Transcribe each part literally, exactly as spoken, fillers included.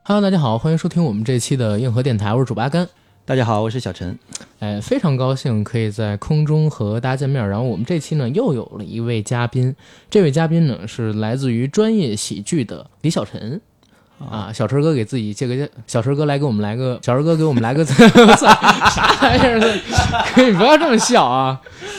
Hello， 大家好，欢迎收听我们这期的硬核电台，我是主八甘。 大家好，我是小陈。 哎，非常高兴可以在空中和大家见面。然后我们这期呢又有了一位嘉宾，这位嘉宾呢是来自于专业喜剧的李小陈。啊，小陈哥给自己借个，小陈哥来给我们来个，小陈哥给我们来个，啥玩意儿？可以不要这么笑啊！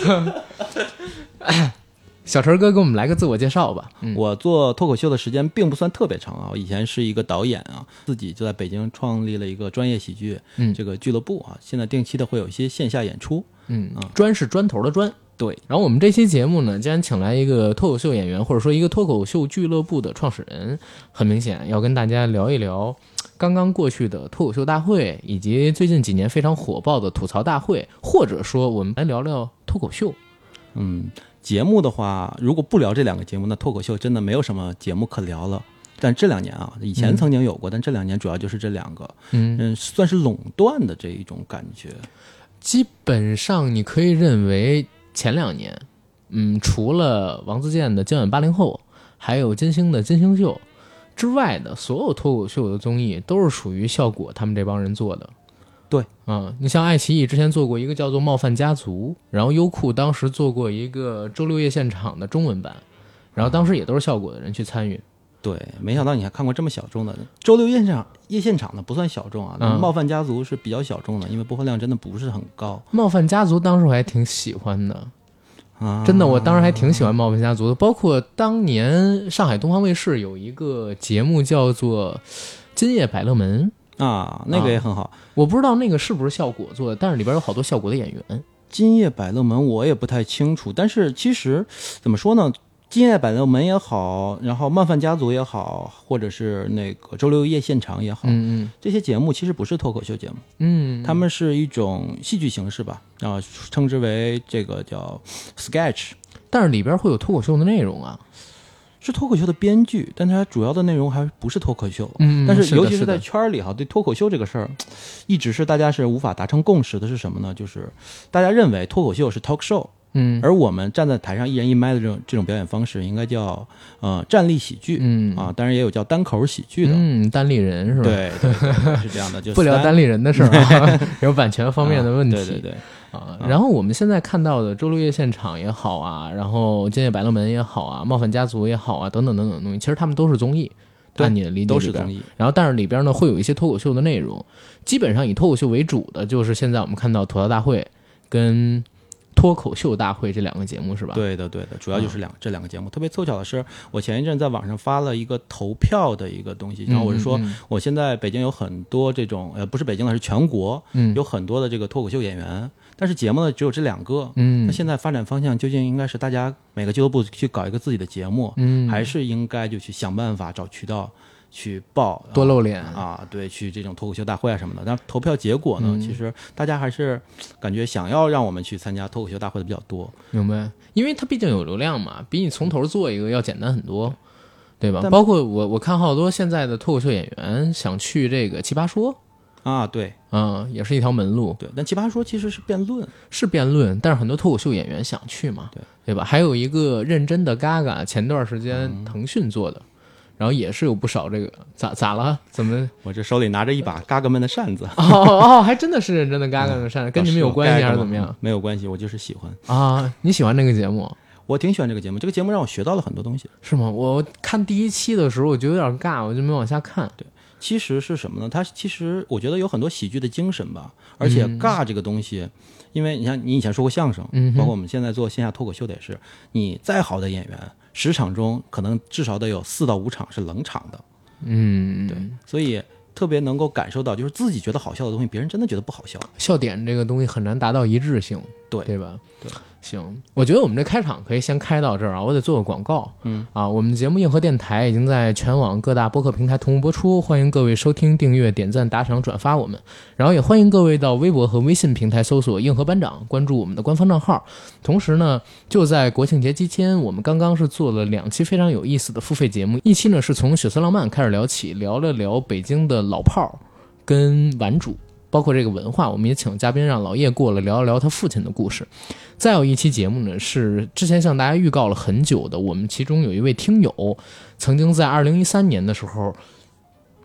小陈哥给我们来个自我介绍吧。 嗯、我做脱口秀的时间并不算特别长啊，我以前是一个导演啊，自己就在北京创立了一个专业喜剧这个俱乐部啊，现在定期的会有一些线下演出。 嗯啊，专是砖头的砖。 对， 然后我们这期节目呢，既然请来一个脱口秀演员，或者说一个脱口秀俱乐部的创始人，很明显要跟大家聊一聊刚刚过去的脱口秀大会，以及最近几年非常火爆的吐槽大会，或者说我们来聊聊脱口秀。 嗯，节目的话，如果不聊这两个节目，那脱口秀真的没有什么节目可聊了。但这两年啊，以前曾经有过，嗯、但这两年主要就是这两个，嗯嗯，算是垄断的这一种感觉。 基本上你可以认为。前两年，嗯，除了王自健的《今晚八零后》，还有金星的《金星秀》之外的所有脱口秀的综艺，都是属于效果他们这帮人做的。 对， 嗯，你像爱奇艺之前做过一个叫做《冒犯家族》，然后优酷当时做过一个周六夜现场的中文版，然后当时也都是效果的人去参与。 对，没想到你还看过这么小众的周六夜现场，夜现场的不算小众啊，嗯、冒犯家族是比较小众的，因为播放量真的不是很高。 冒犯家族当时我还挺喜欢的，啊、真的，我当时还挺喜欢冒犯家族的。包括当年上海东方卫视有一个节目叫做《今夜百乐门》 啊，那个也很好、啊。 我不知道那个是不是效果做的，但是里边有好多效果的演员。 今夜百乐门我也不太清楚，但是其实怎么说呢？今夜百乐门也好，然后漫饭家族也好，或者是那个周六夜现场也好， 嗯嗯， 这些节目其实不是脱口秀节目， 嗯， 他们是一种戏剧形式吧，然后称之为这个叫 sketch， 但是里边会有脱口秀的内容啊， 是脱口秀的编剧，但它主要的内容还不是脱口秀， 嗯， 但是尤其是在圈里哈，对脱口秀这个事儿，一直是大家是无法达成共识的，是什么呢？就是大家认为脱口秀是 talk show。 嗯， 而我们站在台上一人一麦的这种这种表演方式，应该叫呃站立喜剧， 嗯啊，当然也有叫单口喜剧的， 嗯，单立人是吧？ 对对对，是这样的，就不聊单立人的事儿、啊，有版权方面的问题， 啊、对对对啊。然后我们现在看到的周六夜现场也好啊，然后今夜百乐门也好啊，冒犯家族也好啊，等等等等的东西，其实他们都是综艺，按你的理解都是综艺。 然后但是里边呢会有一些脱口秀的内容，基本上以脱口秀为主的，就是现在我们看到吐槽大会跟脱口秀大会这两个节目是吧？ 对的，对的，主要就是两、嗯、这两个节目。特别凑巧的是，我前一阵在网上发了一个投票的一个东西，然后我是说， 嗯嗯、 我现在北京有很多这种，呃，不是北京了，是全国， 嗯， 有很多的这个脱口秀演员，但是节目呢只有这两个， 嗯， 那现在发展方向究竟应该是大家每个俱乐部去搞一个自己的节目， 嗯， 还是应该就去想办法找渠道去报多露脸啊, 啊，对，去这种脱口秀大会啊什么的。但投票结果呢、嗯，其实大家还是感觉想要让我们去参加脱口秀大会的比较多。 明白，因为它毕竟有流量嘛，比你从头做一个要简单很多，对吧？包括我我看好多现在的脱口秀演员想去这个奇葩说啊，对， 嗯，也是一条门路。 对，但奇葩说其实是辩论， 是辩论，但是很多脱口秀演员想去嘛， 对对吧？还有一个认真的嘎嘎，前段时间腾讯做的。嗯，然后也是有不少这个咋咋了？怎么？ 我这手里拿着一把嘎嘎们的扇子。 哦哦，还真的是认真的嘎嘎们的扇子，嗯，跟你们有关系还是怎么样？ 没有关系，我就是喜欢啊。你喜欢这个节目？ 我挺喜欢这个节目，这个节目让我学到了很多东西。 是吗？我看第一期的时候，我觉得有点尬，我就没往下看。 对，其实是什么呢？它其实我觉得有很多喜剧的精神吧，而且尬这个东西。嗯，因为你像你以前说过相声， 嗯， 包括我们现在做线下脱口秀的也是，你再好的演员，十场中可能至少得有四到五场是冷场的， 嗯， 对，所以特别能够感受到，就是自己觉得好笑的东西，别人真的觉得不好笑， 笑点这个东西很难达到一致性， 对对吧？ 对。 行，我觉得我们这开场可以先开到这儿啊，我得做个广告。嗯啊，我们的节目硬核电台已经在全网各大播客平台同步播出，欢迎各位收听、订阅、点赞、打赏、转发我们，然后也欢迎各位到微博和微信平台搜索硬核班长，关注我们的官方账号。同时呢，就在国庆节期间，我们刚刚是做了两期非常有意思的付费节目，一期呢是从血色浪漫开始聊起，聊了聊北京的老炮跟玩主，包括这个文化，我们也请嘉宾让老叶过来聊一聊他父亲的故事。再有一期节目呢，是之前向大家预告了很久的，我们其中有一位听友曾经在二零一三年的时候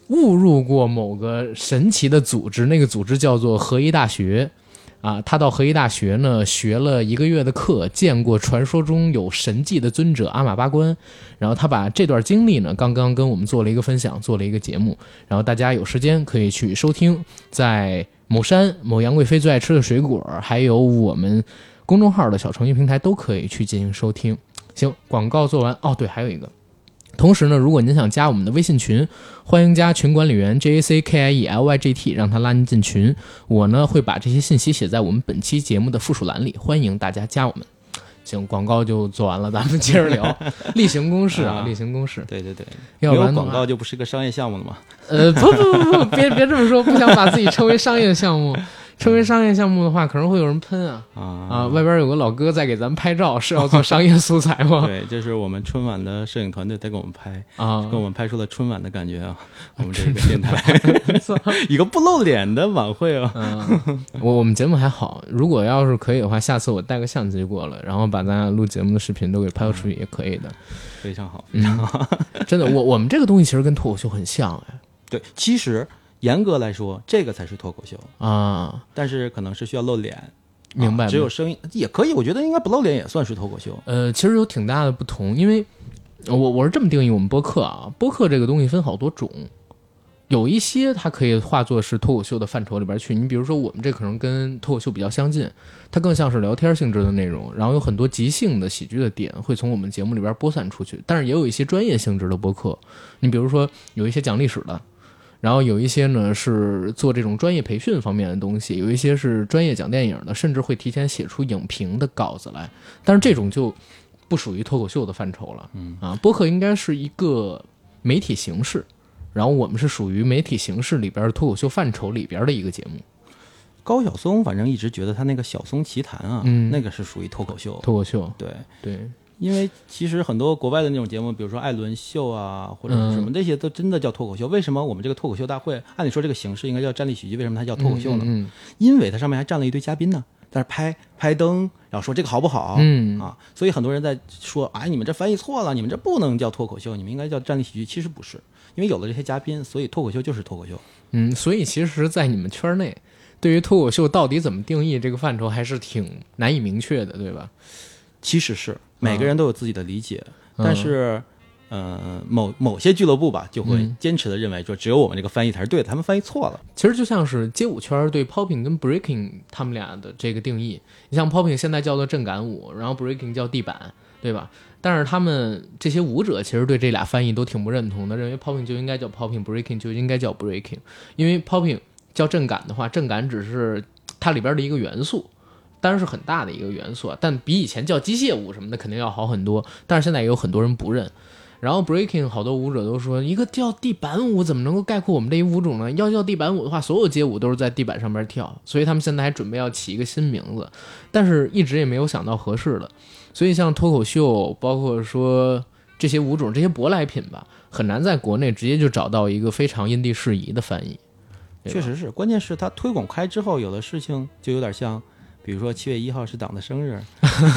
误入过某个神奇的组织，那个组织叫做合一大学。啊，他到合一大学呢，学了一个月的课，见过传说中有神迹的尊者阿玛巴关，然后他把这段经历呢，刚刚跟我们做了一个分享，做了一个节目，然后大家有时间可以去收听，在某山、某杨贵妃最爱吃的水果，还有我们公众号的小程序平台都可以去进行收听。行，广告做完哦，对，还有一个。同时呢，如果您想加我们的微信群，欢迎加群管理员 J A C K I E L Y G T， 让他拉您进群。我呢会把这些信息写在我们本期节目的附属栏里，欢迎大家加我们。行，广告就做完了，咱们接着聊例行公事啊，啊例行公事。 对对对， 要不然没有广告就不是个商业项目了吗？ 呃，不不不不，别别这么说，不想把自己称为商业项目。称为商业项目的话，可能会有人喷啊啊啊！外边有个老哥在给咱们拍照，是要做商业素材吗？ 对，这是我们春晚的摄影团队在给我们拍啊，给我们拍出了春晚的感觉啊。我们这个电台一个不露脸的晚会啊。 嗯，我我们节目还好，如果要是可以的话，下次我带个相机过来，然后把咱俩录节目的视频都给拍出去也可以的。 非常好，非常好。 嗯、真的，我我们这个东西其实跟脱口秀很像哎。 对，其实。严格来说，这个才是脱口秀啊， 但是可能是需要露脸， 明白、啊？ 只有声音也可以，我觉得应该不露脸也算是脱口秀。 呃，其实有挺大的不同，因为我我是这么定义我们播客啊，播客这个东西分好多种，有一些它可以化作是脱口秀的范畴里边去。你比如说我们这可能跟脱口秀比较相近，它更像是聊天性质的内容，然后有很多即兴的喜剧的点会从我们节目里边播散出去，但是也有一些专业性质的播客，你比如说有一些讲历史的。然后有一些呢是做这种专业培训方面的东西，有一些是专业讲电影的，甚至会提前写出影评的稿子来。但是这种就不属于脱口秀的范畴了。嗯啊，播客应该是一个媒体形式，然后我们是属于媒体形式里边的脱口秀范畴里边的一个节目。 高晓松反正一直觉得他那个晓松奇谈啊，嗯、那个是属于脱口秀。 脱口秀， 对对。 因为其实很多国外的那种节目，比如说艾伦秀啊，或者是什么，这些都真的叫脱口秀。为什么我们这个脱口秀大会，按理说这个形式应该叫站立喜剧，为什么它叫脱口秀呢？ 嗯嗯、 因为它上面还站了一堆嘉宾呢，在那拍拍灯，然后说这个好不好？ 嗯啊，所以很多人在说，哎，你们这翻译错了，你们这不能叫脱口秀，你们应该叫站立喜剧。其实不是，因为有了这些嘉宾，所以脱口秀就是脱口秀。 嗯，所以其实，在你们圈内，对于脱口秀到底怎么定义这个范畴，还是挺难以明确的，对吧？ 其实是每个人都有自己的理解，嗯、但是，呃，某某些俱乐部吧，就会坚持的认为说，只有我们这个翻译才是对的，他们翻译错了。 其实就像是街舞圈对 popping 跟 breaking 他们俩的这个定义，你像 popping 现在叫做正感舞，然后 breaking 叫地板，对吧？但是他们这些舞者其实对这俩翻译都挺不认同的，认为 popping 就应该叫 popping，breaking 就应该叫 breaking， 因为 popping 叫正感的话，正感只是它里边的一个元素。当然是很大的一个元素，但比以前叫机械舞什么的肯定要好很多。但是现在也有很多人不认。然后 breaking 好多舞者都说，一个叫地板舞怎么能够概括我们这一舞种呢？要叫地板舞的话，所有街舞都是在地板上面跳，所以他们现在还准备要起一个新名字，但是一直也没有想到合适的。所以像脱口秀，包括说这些舞种、这些舶来品吧，很难在国内直接就找到一个非常因地适宜的翻译。 确实是，关键是它推广开之后，有的事情就有点像。比如说七月一号是党的生日，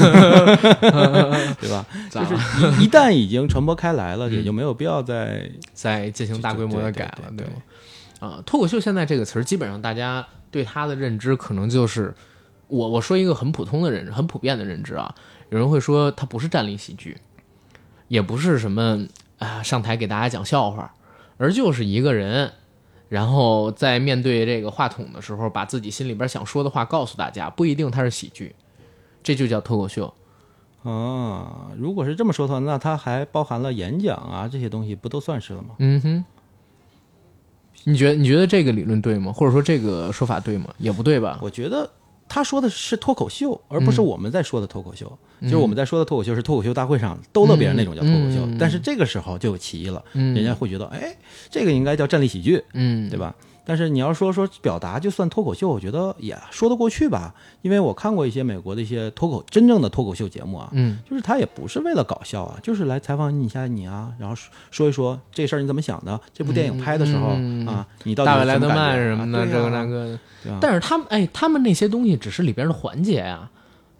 对吧？就是一一旦已经传播开来了，也就没有必要再再进行大规模的改了，对吗？啊，脱口秀现在这个词儿，基本上大家对它的认知可能就是我我说一个很普通的认知，很普遍的认知啊。有人会说它不是站立喜剧，也不是什么啊上台给大家讲笑话，而就是一个人。然后在面对这个话筒的时候，把自己心里边想说的话告诉大家，不一定它是喜剧，这就叫脱口秀。 啊，如果是这么说的话，那它还包含了演讲啊这些东西，不都算是了吗？ 嗯哼，你觉得你觉得这个理论对吗？或者说这个说法对吗？也不对吧？ 我觉得他说的是脱口秀，而不是我们在说的脱口秀。嗯、就是我们在说的脱口秀是脱口秀大会上逗乐别人那种叫脱口秀，嗯嗯、但是这个时候就有歧义了，嗯、人家会觉得，哎，这个应该叫站立喜剧，嗯，对吧？但是你要说说表达就算脱口秀，我觉得也说得过去吧，因为我看过一些美国的一些脱口真正的脱口秀节目啊，嗯，就是他也不是为了搞笑啊，就是来采访你一下你啊，然后说一说这事儿你怎么想的，这部电影拍的时候、嗯、啊，你到底大卫莱德曼什么的、 啊、 这个那个，但是他们哎，他们那些东西只是里边的环节呀、啊。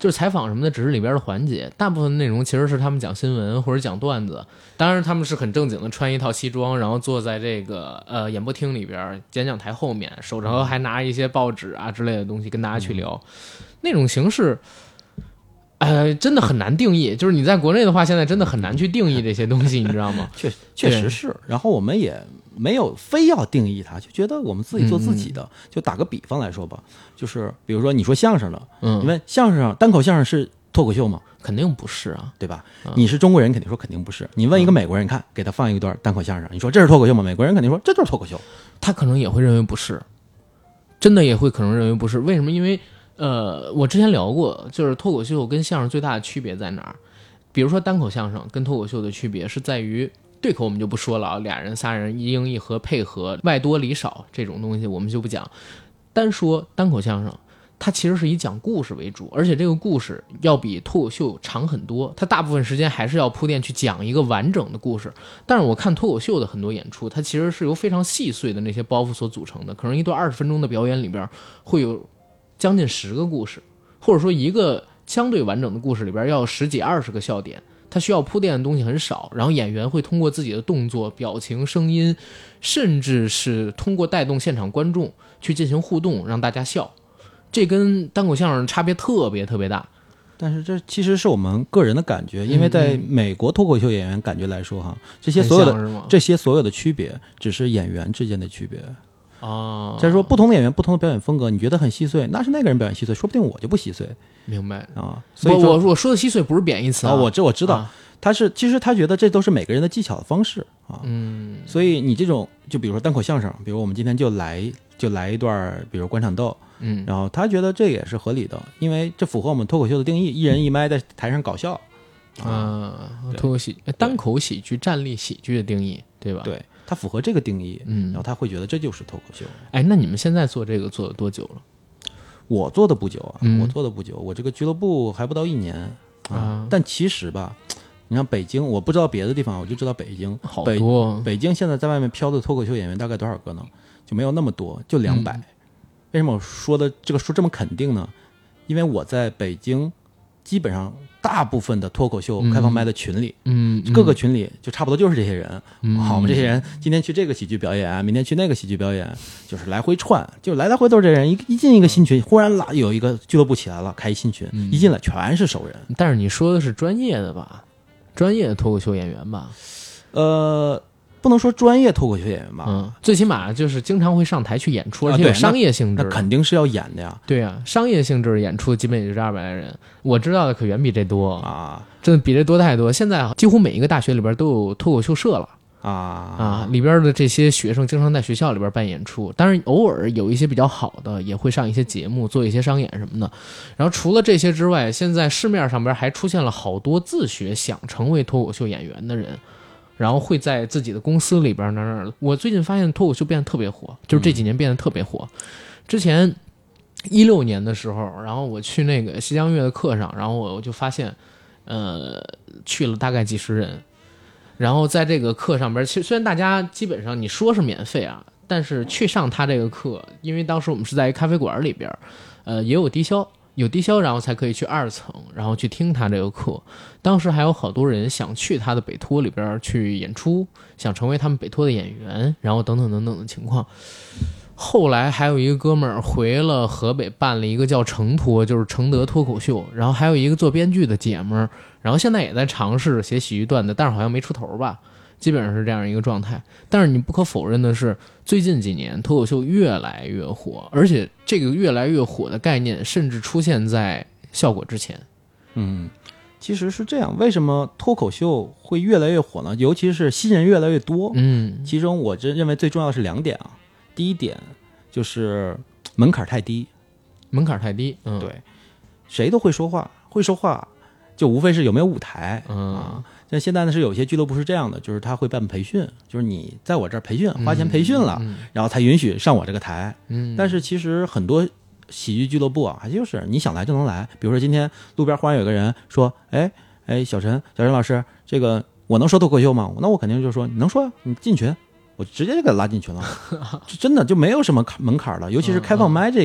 就是采访什么的只是里边的环节，大部分内容其实是他们讲新闻或者讲段子。当然他们是很正经的穿一套西装，然后坐在这个呃演播厅里边演讲台后面，手上还拿一些报纸啊之类的东西跟大家去聊，嗯、那种形式呃，真的很难定义，就是你在国内的话现在真的很难去定义这些东西你知道吗？ 确确实是，然后我们也没有非要定义它，就觉得我们自己做自己的、嗯、就打个比方来说吧，就是比如说你说相声的，嗯，你问相声单口相声是脱口秀吗？ 肯定不是啊， 对吧、嗯、你是中国人肯定说肯定不是，你问一个美国人看，给他放一段单口相声，你说这是脱口秀吗？美国人肯定说这就是脱口秀， 他可能也会认为不是，真的也会可能认为不是。为什么？因为呃，我之前聊过，就是脱口秀跟相声最大的区别在哪儿？比如说单口相声跟脱口秀的区别是在于对口，我们就不说了啊，俩人仨人一硬一合配合，外多里少这种东西我们就不讲。单说单口相声，它其实是以讲故事为主，而且这个故事要比脱口秀长很多，它大部分时间还是要铺垫去讲一个完整的故事。但是我看脱口秀的很多演出，它其实是由非常细碎的那些包袱所组成的，可能一段二十分钟的表演里边会有将近十个故事，或者说一个相对完整的故事里边要有十几二十个笑点，它需要铺垫的东西很少，然后演员会通过自己的动作、表情、声音，甚至是通过带动现场观众去进行互动，让大家笑。这跟单口相声差别特别特别大。 但是这其实是我们个人的感觉，因为在美国脱口秀演员感觉来说哈，这些所有的这些所有的区别只是演员之间的区别。 哦， 再说不同的演员、不同的表演风格，你觉得很细碎，那是那个人表演细碎，说不定我就不细碎。 明白啊？所以我我说的细碎不是贬义词啊， 我这我知道，啊、他是其实他觉得这都是每个人的技巧的方式啊。 嗯， 所以你这种就比如说单口相声，比如我们今天就来就来一段，比如官场斗， 嗯， 然后他觉得这也是合理的，因为这符合我们脱口秀的定义，一人一麦在台上搞笑啊，脱口喜单口喜剧、站立喜剧的定义，对吧？ 对。他符合这个定义， 嗯， 然后他会觉得这就是脱口秀。 哎，那你们现在做这个做了多久了？ 我做的不久啊， 嗯、 我做的不久，我这个俱乐部还不到一年啊。 啊但其实吧，你看北京，我不知道别的地方，我就知道北京， 好多。 北, 北京现在在外面飘的脱口秀演员大概多少个呢？就没有那么多，就两百、嗯。为什么我说的这个说这么肯定呢？因为我在北京，基本上大部分的脱口秀开放麦的群里， 嗯， 各个群里就差不多就是这些人。 嗯， 好，我们这些人今天去这个喜剧表演，明天去那个喜剧表演，就是来回串，就来来回都是这人。一一进一个新群，忽然拉有一个俱乐部起来了，开一新群， 嗯、 一进来全是熟人。 但是你说的是专业的吧？专业的脱口秀演员吧？ 呃。不能说专业脱口秀演员吧， 嗯，最起码就是经常会上台去演出，而且有商业性质、 啊那，那肯定是要演的呀。 对呀、啊，商业性质演出基本也就是二百来人，我知道的可远比这多啊， 真的比这多太多。现在几乎每一个大学里边都有脱口秀社了啊啊，里边的这些学生经常在学校里边办演出，当然偶尔有一些比较好的也会上一些节目，做一些商演什么的。然后除了这些之外，现在市面上边还出现了好多自学想成为脱口秀演员的人。然后会在自己的公司里边哪哪的。我最近发现脱口秀变得特别火，就是这几年变得特别火。嗯、之前一六年的时候，然后我去那个西江月的课上，然后我就发现，呃，去了大概几十人。然后在这个课上边，其实虽然大家基本上你说是免费啊，但是去上他这个课，因为当时我们是在一咖啡馆里边，呃，也有低消。有低消，然后才可以去二层，然后去听他这个课。当时还有好多人想去他的北托里边去演出，想成为他们北托的演员，然后等等等等的情况。后来还有一个哥们儿回了河北，办了一个叫成托，就是承德脱口秀。然后还有一个做编剧的姐们儿，然后现在也在尝试写喜剧段子，但是好像没出头吧。基本上是这样一个状态。但是你不可否认的是，最近几年脱口秀越来越火，而且这个越来越火的概念甚至出现在效果之前。 嗯，其实是这样。为什么脱口秀会越来越火呢？尤其是新人越来越多。 嗯， 其中我真认为最重要的是两点啊。第一点就是门槛太低， 门槛太低。嗯， 对，谁都会说话，会说话就无非是有没有舞台。 嗯啊。但现在呢，是有些俱乐部是这样的，就是他会办培训，就是你在我这儿培训，花钱培训了， 嗯嗯、 然后才允许上我这个台。 嗯， 但是其实很多喜剧俱乐部啊，还就是你想来就能来。比如说今天路边忽然有个人说：“哎哎，小陈，小陈老师，这个我能说脱口秀吗？”那我肯定就说：“你能说，你进群。”我直接就给他拉进群了。真的就没有什么门槛了，尤其是开放麦这个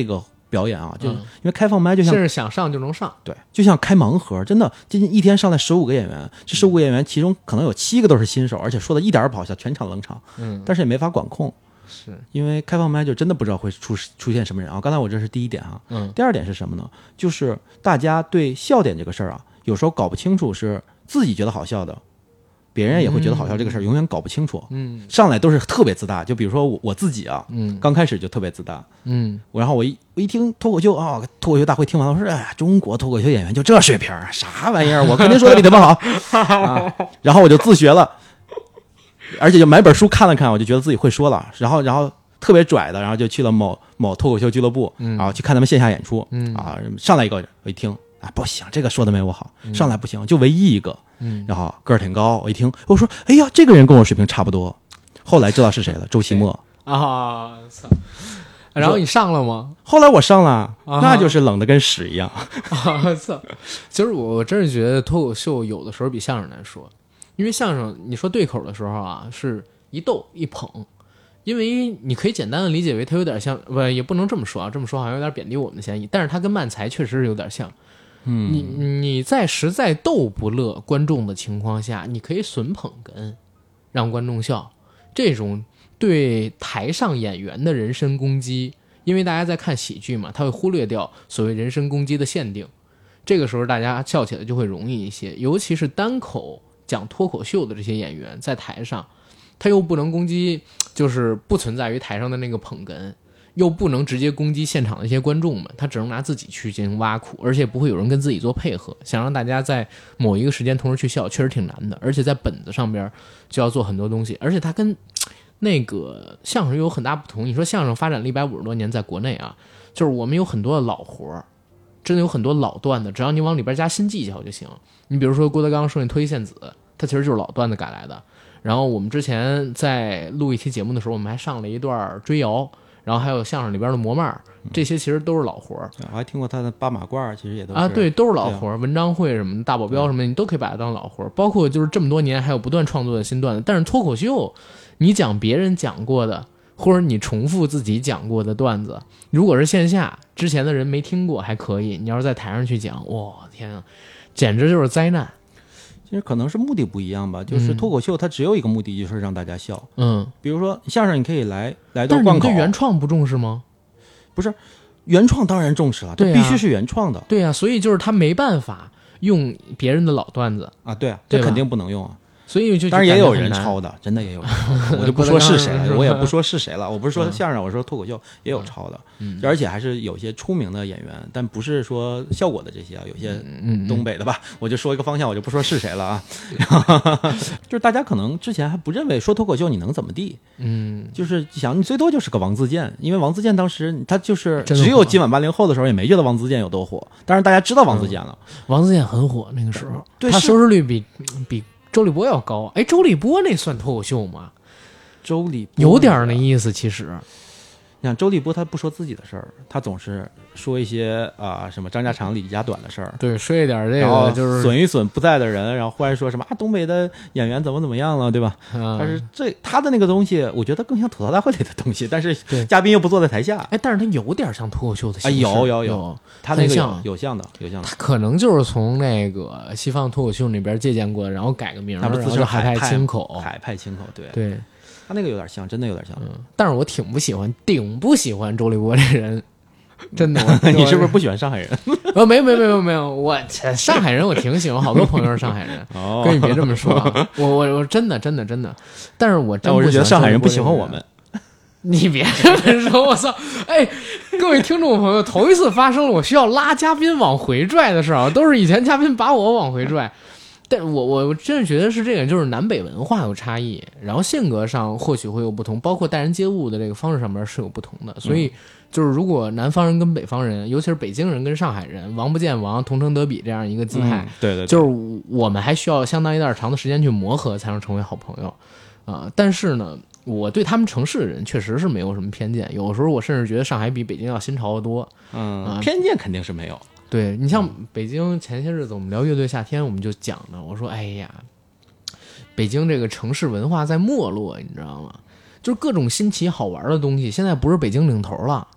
表演啊，就因为开放麦就像甚至想上就能上， 对，就像开盲盒，真的，今天一天上来十五个演员，这十五个演员其中可能有七个都是新手，而且说的一点儿也不好笑，全场冷场， 嗯， 但是也没法管控， 是因为开放麦就真的不知道会出出现什么人啊。刚才我这是第一点啊， 嗯， 第二点是什么呢？就是大家对笑点这个事儿啊，有时候搞不清楚是自己觉得好笑的。别人也会觉得好笑，这个事儿永远搞不清楚。 嗯， 上来都是特别自大，就比如说我我自己啊， 嗯， 刚开始就特别自大， 嗯， 然后我一我一听脱口秀啊，脱口秀大会听完了，我说哎呀，中国脱口秀演员就这水平，啥玩意儿？我肯定说的比他们好啊。然后我就自学了，而且就买本书看了看，我就觉得自己会说了。然后然后特别拽的，然后就去了某某脱口秀俱乐部，然后去看他们线下演出， 嗯啊，上来一个我一听。啊，不行，这个说的没我好，上来不行，就唯一一个， 嗯， 然后个儿挺高，我一听，我说，哎呀，这个人跟我水平差不多，后来知道是谁了，周奇墨啊，操！然后你上了吗？ 后来我上了， 啊、 那就是冷的跟屎一样。 啊，操！其实我真是觉得脱口秀有的时候比相声难说，因为相声你说对口的时候啊，是一逗一捧。因为你可以简单的理解为它有点像，不也不能这么说啊，这么说好像有点贬低我们的嫌疑，但是它跟漫才确实是有点像。 嗯， 你你在实在逗不乐观众的情况下，你可以损捧哏，让观众笑。这种对台上演员的人身攻击，因为大家在看喜剧嘛，他会忽略掉所谓人身攻击的限定。这个时候大家笑起来就会容易一些，尤其是单口讲脱口秀的这些演员在台上，他又不能攻击，就是不存在于台上的那个捧哏。又不能直接攻击现场的一些观众们，他只能拿自己去进行挖苦，而且不会有人跟自己做配合。想让大家在某一个时间同时去笑，确实挺难的。而且在本子上边就要做很多东西，而且它跟那个相声有很大不同。你说相声发展了一百五十多年，在国内啊，就是我们有很多的老活，真的有很多老段子，只要你往里边加新技巧就行。你比如说郭德纲说那脱衣献子，它其实就是老段子改来的。然后我们之前在录一期节目的时候，我们还上了一段追谣。然后还有相声里边的模慢，这些其实都是老活儿。 我还听过他的八马褂，其实也都是啊，对，都是老活儿。文章会什么的、大保镖什么的，你都可以把它当老活儿。包括就是这么多年还有不断创作的新段子。但是脱口秀，你讲别人讲过的，或者你重复自己讲过的段子，如果是线下之前的人没听过还可以，你要是在台上去讲，哇天啊，简直就是灾难。 其实可能是目的不一样吧，就是脱口秀它只有一个目的，就是让大家笑。 嗯， 比如说相声，你可以来来段贯口。 但是你对原创不重视吗？ 不是，原创当然重视了，这必须是原创的。 对呀、啊，所以就是他没办法用别人的老段子啊，对啊，这肯定不能用啊。 所以就当然也有人抄的，真的也有人抄的，我就不说是谁了，我也不说是谁了，我不是说相声，我说脱口秀也有抄的， 嗯、 而且还是有些出名的演员，但不是说效果的这些啊，有些东北的吧，我就说一个方向，我就不说是谁了啊。就是大家可能之前还不认为说脱口秀你能怎么地， 嗯， 就是想你最多就是个王自健，因为王自健当时他就是只有今晚八零后的时候也没觉得王自健有多火，但是大家知道王自健了， 嗯、王自健很火那个时候， 对， 他收视率比比。周立波要高，哎，周立波那算脱口秀吗？ 周立波有点那意思，其实。 你看周立波，他不说自己的事儿，他总是说一些啊、呃、什么张家长李家短的事儿， 对，说一点这个就是损一损不在的人，然后忽然说什么啊东北的演员怎么怎么样了，对吧？ 嗯、 但是这他的那个东西，我觉得更像吐槽大会里的东西，但是嘉宾又不坐在台下， 哎，但是他有点像脱口秀的形式， 啊、有有有， 他那个有有像的有像的， 他可能就是从那个西方脱口秀那边借鉴过，然后改个名， 那不就是海派清口， 海派清口，对对。 他那个有点像，真的有点像， 嗯，但是我挺不喜欢，顶不喜欢周立波这人，真的。 你是不是不喜欢上海人？ 呃，没有没有没有没有，我上海人我挺喜欢，好多朋友是上海人。 哦， 哥你别这么说啊，我我我真的真的真的，但是我真我是觉得上海人不喜欢我们。 你别这么说，我操！哎，各位听众朋友，头一次发生了我需要拉嘉宾往回拽的事儿啊，都是以前嘉宾把我往回拽。但我我真是觉得是这个，就是南北文化有差异，然后性格上或许会有不同，包括待人接物的这个方式上面是有不同的。所以就是如果南方人跟北方人，尤其是北京人跟上海人，王不见王，同城德比这样一个姿态， 嗯、对, 对对， 就是我们还需要相当一段长的时间去磨合，才能成为好朋友啊、呃。但是呢，我对他们城市的人确实是没有什么偏见，有时候我甚至觉得上海比北京要新潮得多。 嗯、 呃， 偏见肯定是没有。 对你像北京前些日子我们聊乐队夏天，我们就讲呢，我说哎呀，北京这个城市文化在没落，你知道吗？就是各种新奇好玩的东西，现在不是北京领头了，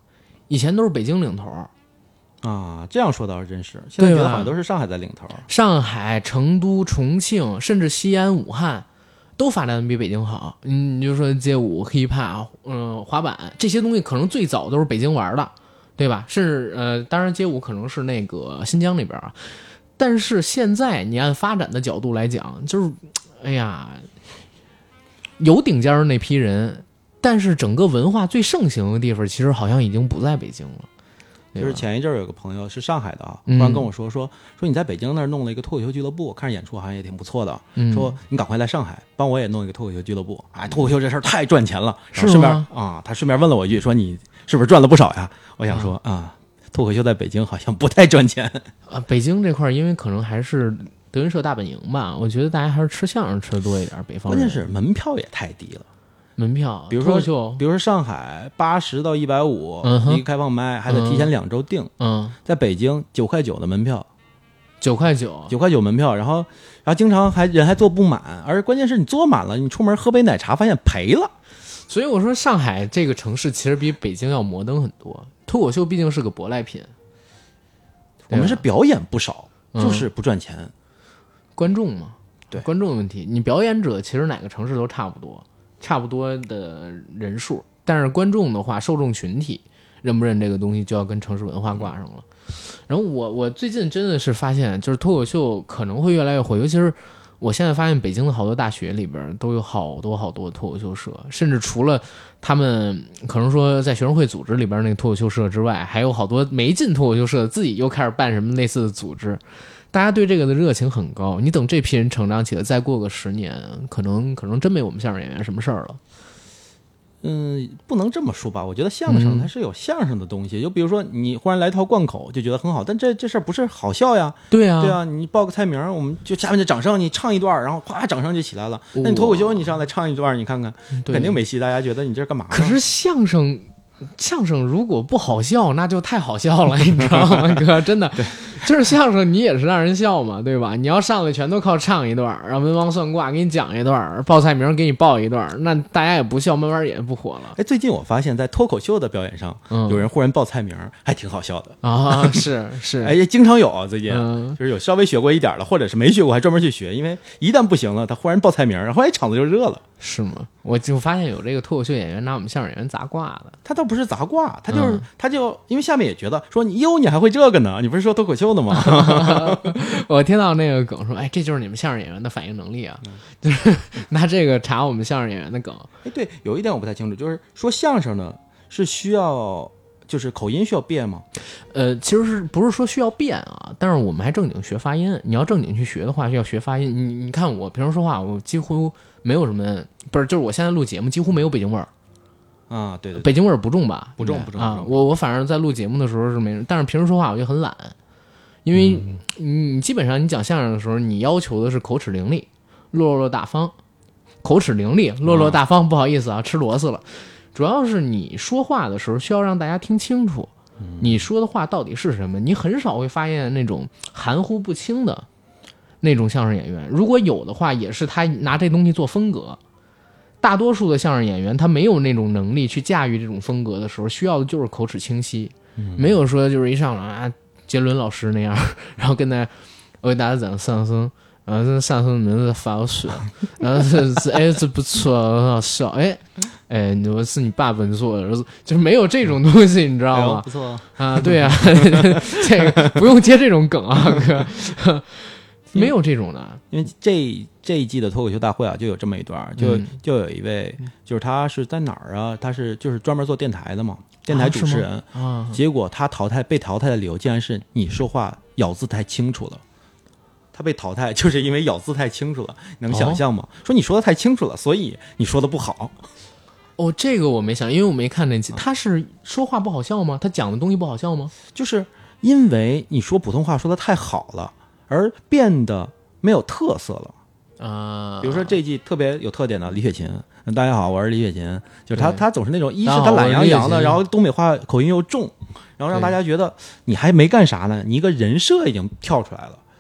以前都是北京领头啊，这样说倒是真是，现在觉得好像都是上海在领头， 上海、成都、重庆，甚至西安、武汉都发展的比北京好。嗯，你就说街舞、hiphop， 嗯，滑板这些东西可能最早都是北京玩的，对吧？甚至呃，当然街舞可能是那个新疆那边啊，但是现在你按发展的角度来讲，就是，哎呀，有顶尖的那批人，但是整个文化最盛行的地方，其实好像已经不在北京了。 就是前一阵儿有个朋友是上海的啊，突然跟我说说说你在北京那儿弄了一个脱口秀俱乐部，看着演出好像也挺不错的， 嗯、 说你赶快来上海帮我也弄一个脱口秀俱乐部。哎，脱口秀这事儿太赚钱了，然后顺便啊，他顺便问了我一句，说你是不是赚了不少呀？我想说啊。啊脱口秀在北京好像不太赚钱啊，北京这块因为可能还是德云社大本营吧，我觉得大家还是吃相声吃的多一点。北方关键是门票也太低了， 门票， 比如说比如说上海八十到一百五一个开放麦，还得提前两周订。 嗯， 在北京九块九的门票， 九块九， 九块九门票，然后然后经常还人还坐不满，而关键是你坐满了，你出门喝杯奶茶发现赔了。 所以我说上海这个城市其实比北京要摩登很多。脱口秀毕竟是个舶来品， 我们是表演不少， 嗯、 就是不赚钱。 观众嘛， 对观众的问题，你表演者其实哪个城市都差不多，差不多的人数，但是观众的话，受众群体认不认这个东西，就要跟城市文化挂上了。然后我我最近真的是发现，就是脱口秀可能会越来越火，尤其是。我现在发现北京的好多大学里边都有好多好多脱口秀社，甚至除了他们可能说在学生会组织里边那个脱口秀社之外，还有好多没进脱口秀社自己又开始办什么类似的组织。大家对这个的热情很高，你等这批人成长起来，再过个十年，可能可能真没我们相声演员什么事儿了。 嗯，不能这么说吧，我觉得相声它是有相声的东西，嗯、就比如说你忽然来套贯口就觉得很好，但这这事儿不是好笑呀。 对啊， 对啊，你报个菜名，我们就下面的掌声，你唱一段，然后哗掌声就起来了。那你脱口秀你上来唱一段，你看看，肯定没戏，大家觉得你这干嘛？ 可是相声。相声如果不好笑，那就太好笑了，你知道吗，哥？真的，就是相声你也是让人笑嘛，对吧？你要上来全都靠唱一段，让文王算卦给你讲一段，报菜名给你报一段，那大家也不笑，慢慢也不火了。 哎，最近我发现，在脱口秀的表演上， 嗯、 有人忽然报菜名，还挺好笑的啊！是是， 哎，经常有啊，最近、 嗯、 就是有稍微学过一点了，或者是没学过，还专门去学，因为一旦不行了，他忽然报菜名，然后哎，场子就热了。 是吗？我就发现有这个脱口秀演员拿我们相声演员砸挂的。 他倒不是砸挂，他就是、嗯、他就因为下面也觉得说你哟你还会这个呢，你不是说脱口秀的吗？ 我听到那个梗说，哎，这就是你们相声演员的反应能力啊，嗯、就是拿这个查我们相声演员的梗。 哎，对，有一点我不太清楚，就是说相声呢是需要就是口音需要变吗？ 呃，其实是不是说需要变啊？但是我们还正经学发音。你要正经去学的话，需要学发音。你你看我平时说话，我几乎没有什么，不是，就是我现在录节目几乎没有北京味儿啊。对 对, 对， 北京味儿不重吧？ 不重不重啊。我我反正在录节目的时候是没，但是平时说话我就很懒，因为你基本上你讲相声的时候，你要求的是口齿伶俐、落落大方。口齿伶俐、落落大方，不好意思啊，吃螺丝了。主要是你说话的时候需要让大家听清楚，你说的话到底是什么。你很少会发现那种含糊不清的那种相声演员，如果有的话，也是他拿这东西做风格。大多数的相声演员他没有那种能力去驾驭这种风格的时候，需要的就是口齿清晰，没有说就是一上来啊，杰伦老师那样，然后跟他我给大家讲相声。然后这相声名字发我水，然后是是哎这不错，很好笑，哎哎，我是你爸本做的儿子，就是没有这种东西，你知道吗？ 哎、不错啊，对啊，这个不用接这种梗啊，哥，没有这种的。 因为这这一季的脱口秀大会啊，就有这么一段，就就有一位，就是他是在哪儿啊？他是就是专门做电台的嘛，电台主持人啊，啊结果他淘汰被淘汰的理由，竟然是你说话咬字太清楚了。他被淘汰就是因为咬字太清楚了，你能想象吗？哦、说你说的太清楚了，所以你说的不好。 哦，这个我没想，因为我没看那集。他是说话不好笑吗？他讲的东西不好笑吗？ 就是因为你说普通话说的太好了，而变得没有特色了。 啊、呃， 比如说这一季特别有特点的李雪琴，大家好，我是李雪琴，就是他他总是那种一是他懒洋洋的，然后东北话口音又重，然后让大家觉得你还没干啥呢，你一个人设已经跳出来了。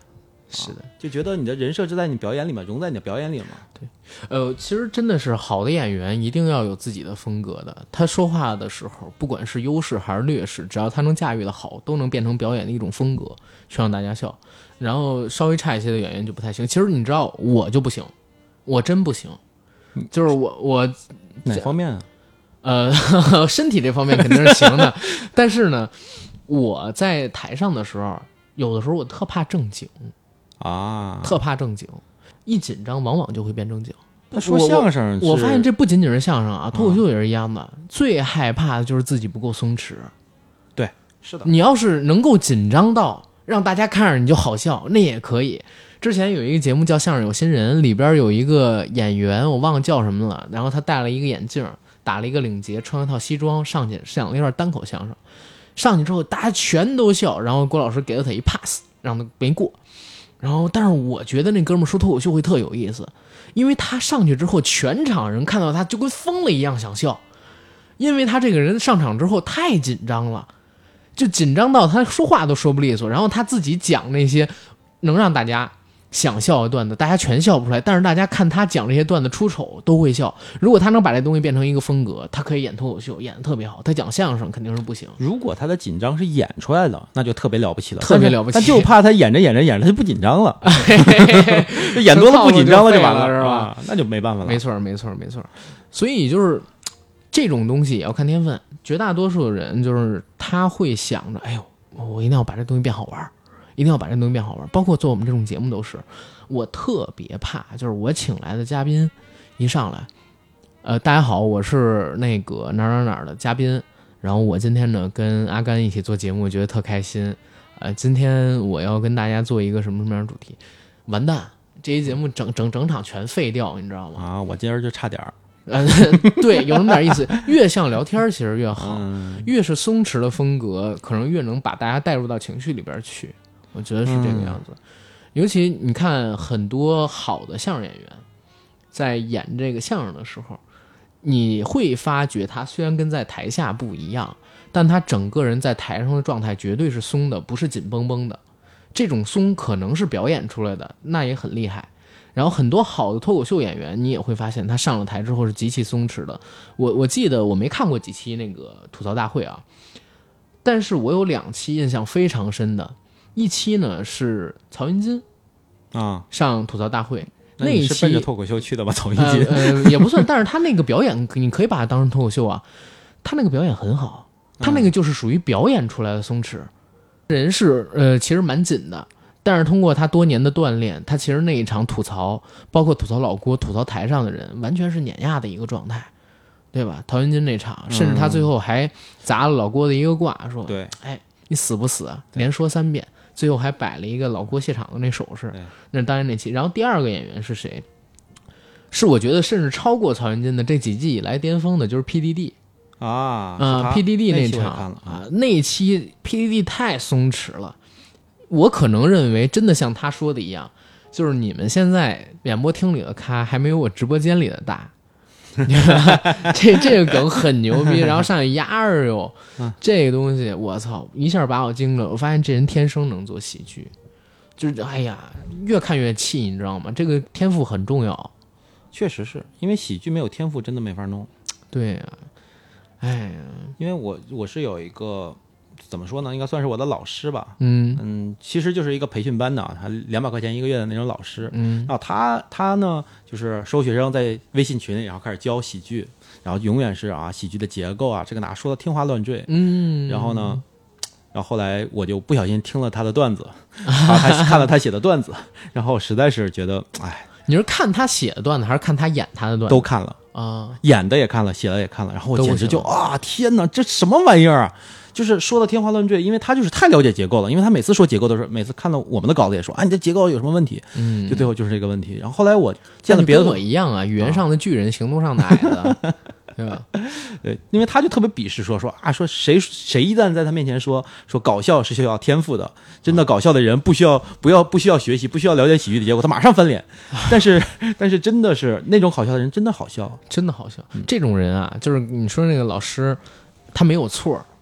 是的， 就觉得你的人设就在你表演里面，融在你的表演里嘛。 对，呃，其实真的是好的演员一定要有自己的风格的。他说话的时候，不管是优势还是劣势，只要他能驾驭的好，都能变成表演的一种风格，去让大家笑。然后稍微差一些的演员就不太行。其实你知道，我就不行，我真不行。就是我我哪方面啊？ 呃，身体这方面肯定是行的，但是呢，我在台上的时候，有的时候我特怕正经。 啊， 特怕正经，一紧张往往就会变正经。 他说相声我，我发现这不仅仅是相声啊，脱口秀也是一样的。啊、最害怕的就是自己不够松弛。 对，是的。 你要是能够紧张到让大家看着你就好笑，那也可以。之前有一个节目叫《相声有新人》，里边有一个演员，我忘了叫什么了，然后他戴了一个眼镜，打了一个领结，穿了套西装上去讲了一段单口相声。上去之后，大家全都笑，然后郭老师给了他一 pass， 让他没过。然后，但是我觉得那哥们说脱口秀会特有意思，因为他上去之后，全场人看到他就跟疯了一样想笑，因为他这个人上场之后太紧张了，就紧张到他说话都说不利索，然后他自己讲那些能让大家想笑的段子，大家全笑不出来，但是大家看他讲这些段子出丑都会笑。如果他能把这东西变成一个风格，他可以演脱口秀，演得特别好。他讲相声肯定是不行。 如果他的紧张是演出来的，那就特别了不起了， 特别了不起。 但就怕他演着演着演着他就不紧张了，演多了不紧张了就完了，是吧？那就没办法了。 没错，没错，没错。所以就是这种东西也要看天分。绝大多数的人就是他会想着，哎呦，我一定要把这东西变好玩。一定要把这东西变好玩，包括做我们这种节目都是。我特别怕，就是我请来的嘉宾一上来，呃，大家好，我是那个哪哪哪的嘉宾，然后我今天呢跟阿甘一起做节目，我觉得特开心。呃，今天我要跟大家做一个什么什么样的主题，完蛋，这一节目整整整场全废掉，你知道吗？ 啊，我今儿就差点儿。 呃，对，有那么点意思。越像聊天其实越好， 嗯、 越是松弛的风格，可能越能把大家带入到情绪里边去。我觉得是这个样子，嗯、尤其你看很多好的相声演员，在演这个相声的时候，你会发觉他虽然跟在台下不一样，但他整个人在台上的状态绝对是松的，不是紧绷绷的。这种松可能是表演出来的，那也很厉害。然后很多好的脱口秀演员，你也会发现他上了台之后是极其松弛的。我我记得我没看过几期那个吐槽大会啊，但是我有两期印象非常深的。一期呢是曹云金啊上吐槽大会， 那一期是奔着脱口秀去的吗？曹云金、 呃呃、也不算，但是他那个表演你可以把它当成脱口秀啊，他那个表演很好，他那个就是属于表演出来的松弛，人是呃其实蛮紧的，但是通过他多年的锻炼，他其实那一场吐槽，包括吐槽老郭、吐槽台上的人，完全是碾压的一个状态，对吧？陶云金那场，甚至他最后还砸了老郭的一个卦，说：“ 对， 哎，你死不死啊？”连说三遍，最后还摆了一个老郭谢场的那手势。那是当然那期。然后第二个演员是谁？是我觉得甚至超过曹云金的这几季以来巅峰的，就是 P D D 啊啊、 呃、 ，P D D 那场啊，那期 P D D 太松弛了。我可能认为真的像他说的一样，就是你们现在演播厅里的咖还没有我直播间里的大。这这个梗很牛逼，然后上去压着哟，这个东西我操，一下把我惊着。我发现这人天生能做喜剧，就是哎呀，越看越气，你知道吗？这个天赋很重要， 确实是因为喜剧没有天赋真的没法弄。 对呀、啊，哎呀， 因为我我是有一个。怎么说呢？应该算是我的老师吧。 嗯嗯，其实就是一个培训班的，他两百块钱一个月的那种老师。 嗯， 然后他他呢，就是收学生在微信群里，然后开始教喜剧，然后永远是啊喜剧的结构啊，这个哪说的天花乱坠。 嗯， 然后呢，然后后来我就不小心听了他的段子，然后他看了他写的段子，然后实在是觉得，哎， 你是看他写的段子还是看他演他的段子？ 都看了啊， 演的也看了，写的也看了，然后我简直就啊，天哪，这什么玩意儿啊！就是说的天花乱坠，因为他就是太了解结构了。因为他每次说结构的时候，每次看到我们的稿子也说啊，你这结构有什么问题？嗯，就最后就是这个问题。然后后来我见了别的， 跟我一样啊，语言上的巨人，行动上的矮的，对吧？ 对，因为他就特别鄙视说说啊，说谁谁一旦在他面前说说搞笑是需要天赋的，真的搞笑的人不需要不要不需要学习，不需要了解喜剧的结果，他马上翻脸。但是但是真的是那种好笑的人真的好笑， 真的好笑。嗯、这种人啊，就是你说那个老师，他没有错。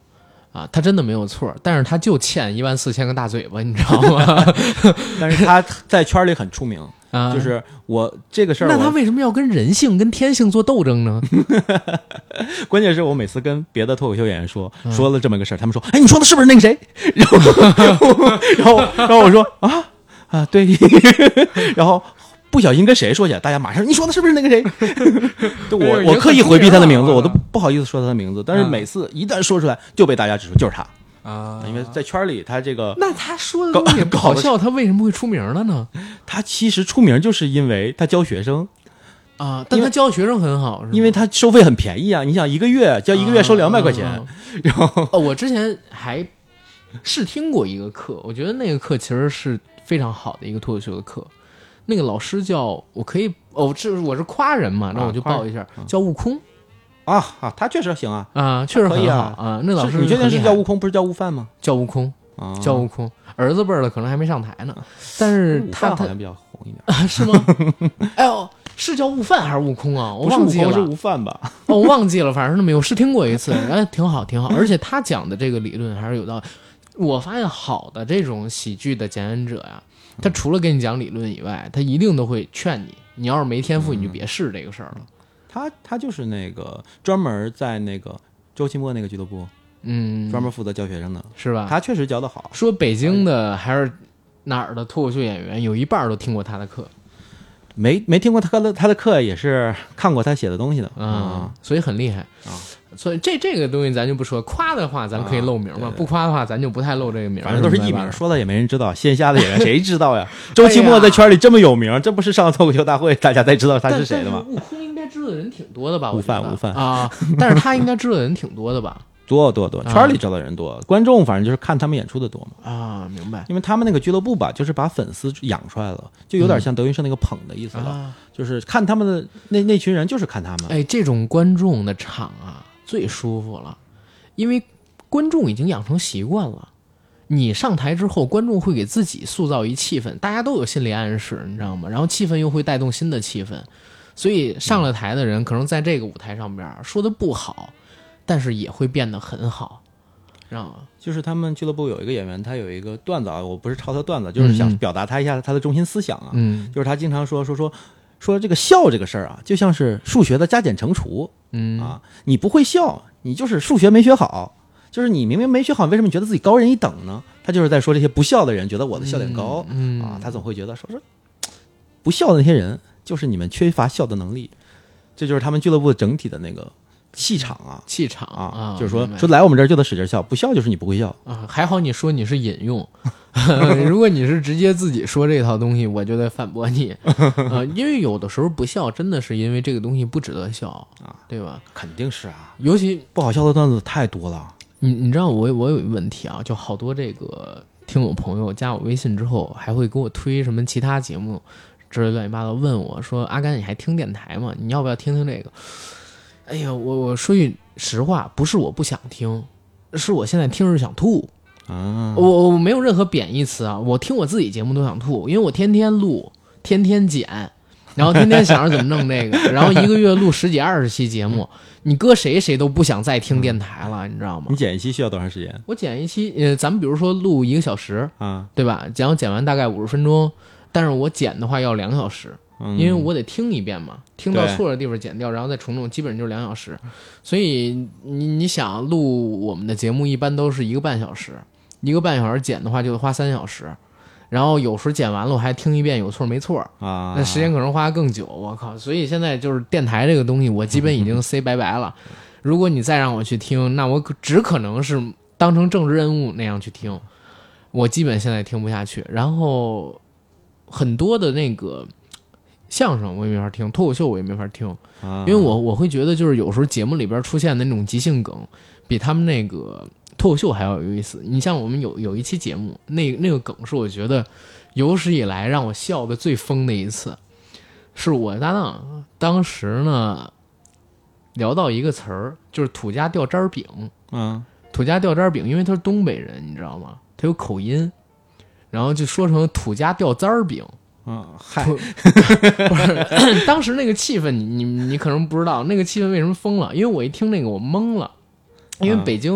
啊，他真的没有错，但是他就欠一万四千个大嘴巴，你知道吗？ 但是他在圈里很出名。 啊， 就是我这个事儿， 那他为什么要跟人性、跟天性做斗争呢？ 关键是我每次跟别的脱口秀演员说、 嗯、 说了这么个事儿，他们说：“哎，你说的是不是那个谁？”然后，然后，然后我说：“啊啊，对。”然后不小心跟谁说起来，大家马上你说的是不是那个谁？我我刻意回避他的名字，我都不好意思说他的名字，但是每次一旦说出来，就被大家指出就是他。啊，因为在圈里，他这个那他说的东西不好笑，他为什么会出名了呢？ 他其实出名就是因为他教学生啊，但他教学生很好，是吗？ 因为他收费很便宜啊。你想一个月教一个月收两百块钱， 啊、 然后哦，我之前还试听过一个课，我觉得那个课其实是非常好的一个脱口秀的课。那个老师叫我可以哦，这我是夸人嘛，那我就报一下，啊、叫悟空。 啊啊，他确实行啊啊，确实很好 啊, 啊。 那老师你确定是叫悟空，不是叫悟饭吗？ 叫悟空，啊、叫悟空。儿子辈儿的可能还没上台呢，但是他好像比较红一点， 啊、是吗？哎呦，是叫悟饭还是悟空啊？我忘记了， 是悟饭吧？ 哦，我忘记了，反正是没有试听过一次，哎，挺好，挺好。而且他讲的这个理论还是有道理。我发现好的这种喜剧的讲演者呀，他除了跟你讲理论以外，他一定都会劝你，你要是没天赋，你就别试这个事儿了。嗯他他就是那个专门在那个周奇墨那个俱乐部， 嗯， 专门负责教学生的， 是吧？ 他确实教得好。 说北京的还是哪儿的脱口秀演员，有一半都听过他的课。 没没听过他的他的课，也是看过他写的东西的， 嗯，所以很厉害啊。 所以这这个东西咱就不说，夸的话咱可以露名嘛，啊、不夸的话咱就不太露这个名。 反正都是艺名，说了也没人知道。线下的演员谁知道呀？周奇墨在圈里这么有名，这不是上脱口秀大会大家才知道他是谁的吗？ 悟空应该知道的人挺多的吧？ 悟饭悟饭啊，但是他应该知道的人挺多的吧？ 多多多，圈里知道的人多，啊、观众反正就是看他们演出的多嘛。 啊，明白。 因为他们那个俱乐部吧，就是把粉丝养出来了，就有点像德云社那个捧的意思了，嗯啊、就是看他们的那那群人，就是看他们。 哎，这种观众的场啊。最舒服了，因为观众已经养成习惯了。你上台之后，观众会给自己塑造一气氛，大家都有心理暗示，你知道吗？然后气氛又会带动新的气氛，所以上了台的人可能在这个舞台上边说的不好，但是也会变得很好，知道吗？ 就是他们俱乐部有一个演员，他有一个段子啊，我不是抄他段子，就是想表达他一下他的中心思想啊。 嗯， 就是他经常说说说。说这个笑这个事儿啊，就像是数学的加减乘除， 嗯啊，你不会笑，你就是数学没学好，就是你明明没学好，为什么你觉得自己高人一等呢？他就是在说这些不笑的人觉得我的笑点高， 嗯嗯、 啊，他总会觉得说说不笑的那些人就是你们缺乏笑的能力，这就是他们俱乐部整体的那个气场啊， 气场啊，就是说说来我们这儿就得使劲笑，不笑就是你不会笑啊。还好你说你是引用。如果你是直接自己说这套东西，我就得反驳你，呃，因为有的时候不笑，真的是因为这个东西不值得笑啊，对吧？ 肯定是啊， 尤其不好笑的段子太多了。 你你知道我我有一个问题啊，就好多这个听友朋友加我微信之后，还会给我推什么其他节目之类乱七八糟，问我说：“阿甘，你还听电台吗？你要不要听听这个？”哎呀，我我说句实话，不是我不想听，是我现在听着想吐。 啊， 我我没有任何贬义词啊，我听我自己节目都想吐，因为我天天录，天天剪，然后天天想着怎么弄这个，然后一个月录十几二十期节目，你搁谁谁都不想再听电台了，你知道吗？ 你剪一期需要多长时间？ 我剪一期，呃，咱们比如说录一个小时啊， 对吧？然后剪完大概五十分钟，但是我剪的话要两个小时。因为我得听一遍嘛，听到错的地方剪掉，然后再重弄，基本上就是两小时。所以你你想录我们的节目，一般都是一个半小时，一个半小时剪的话就得花三小时，然后有时剪完了我还听一遍有错没错啊， 那时间可能花更久。我靠！所以现在就是电台这个东西，我基本已经 say 拜拜了。如果你再让我去听，那我只可能是当成政治任务那样去听，我基本现在听不下去。然后很多的那个。相声我也没法听，脱口秀我也没法听， 啊、 因为我我会觉得就是有时候节目里边出现的那种即兴梗，比他们那个脱口秀还要有意思。你像我们有有一期节目，那那个梗是我觉得有史以来让我笑的最疯的一次，是我搭档当时呢聊到一个词儿，就是土家掉渣饼， 嗯， 土家掉渣饼，因为他是东北人，你知道吗？他有口音，然后就说成土家掉渣饼。 嗯，嗨， 不是，当时那个气氛你，你你可能不知道，那个气氛为什么疯了？因为我一听那个我懵了，因为北京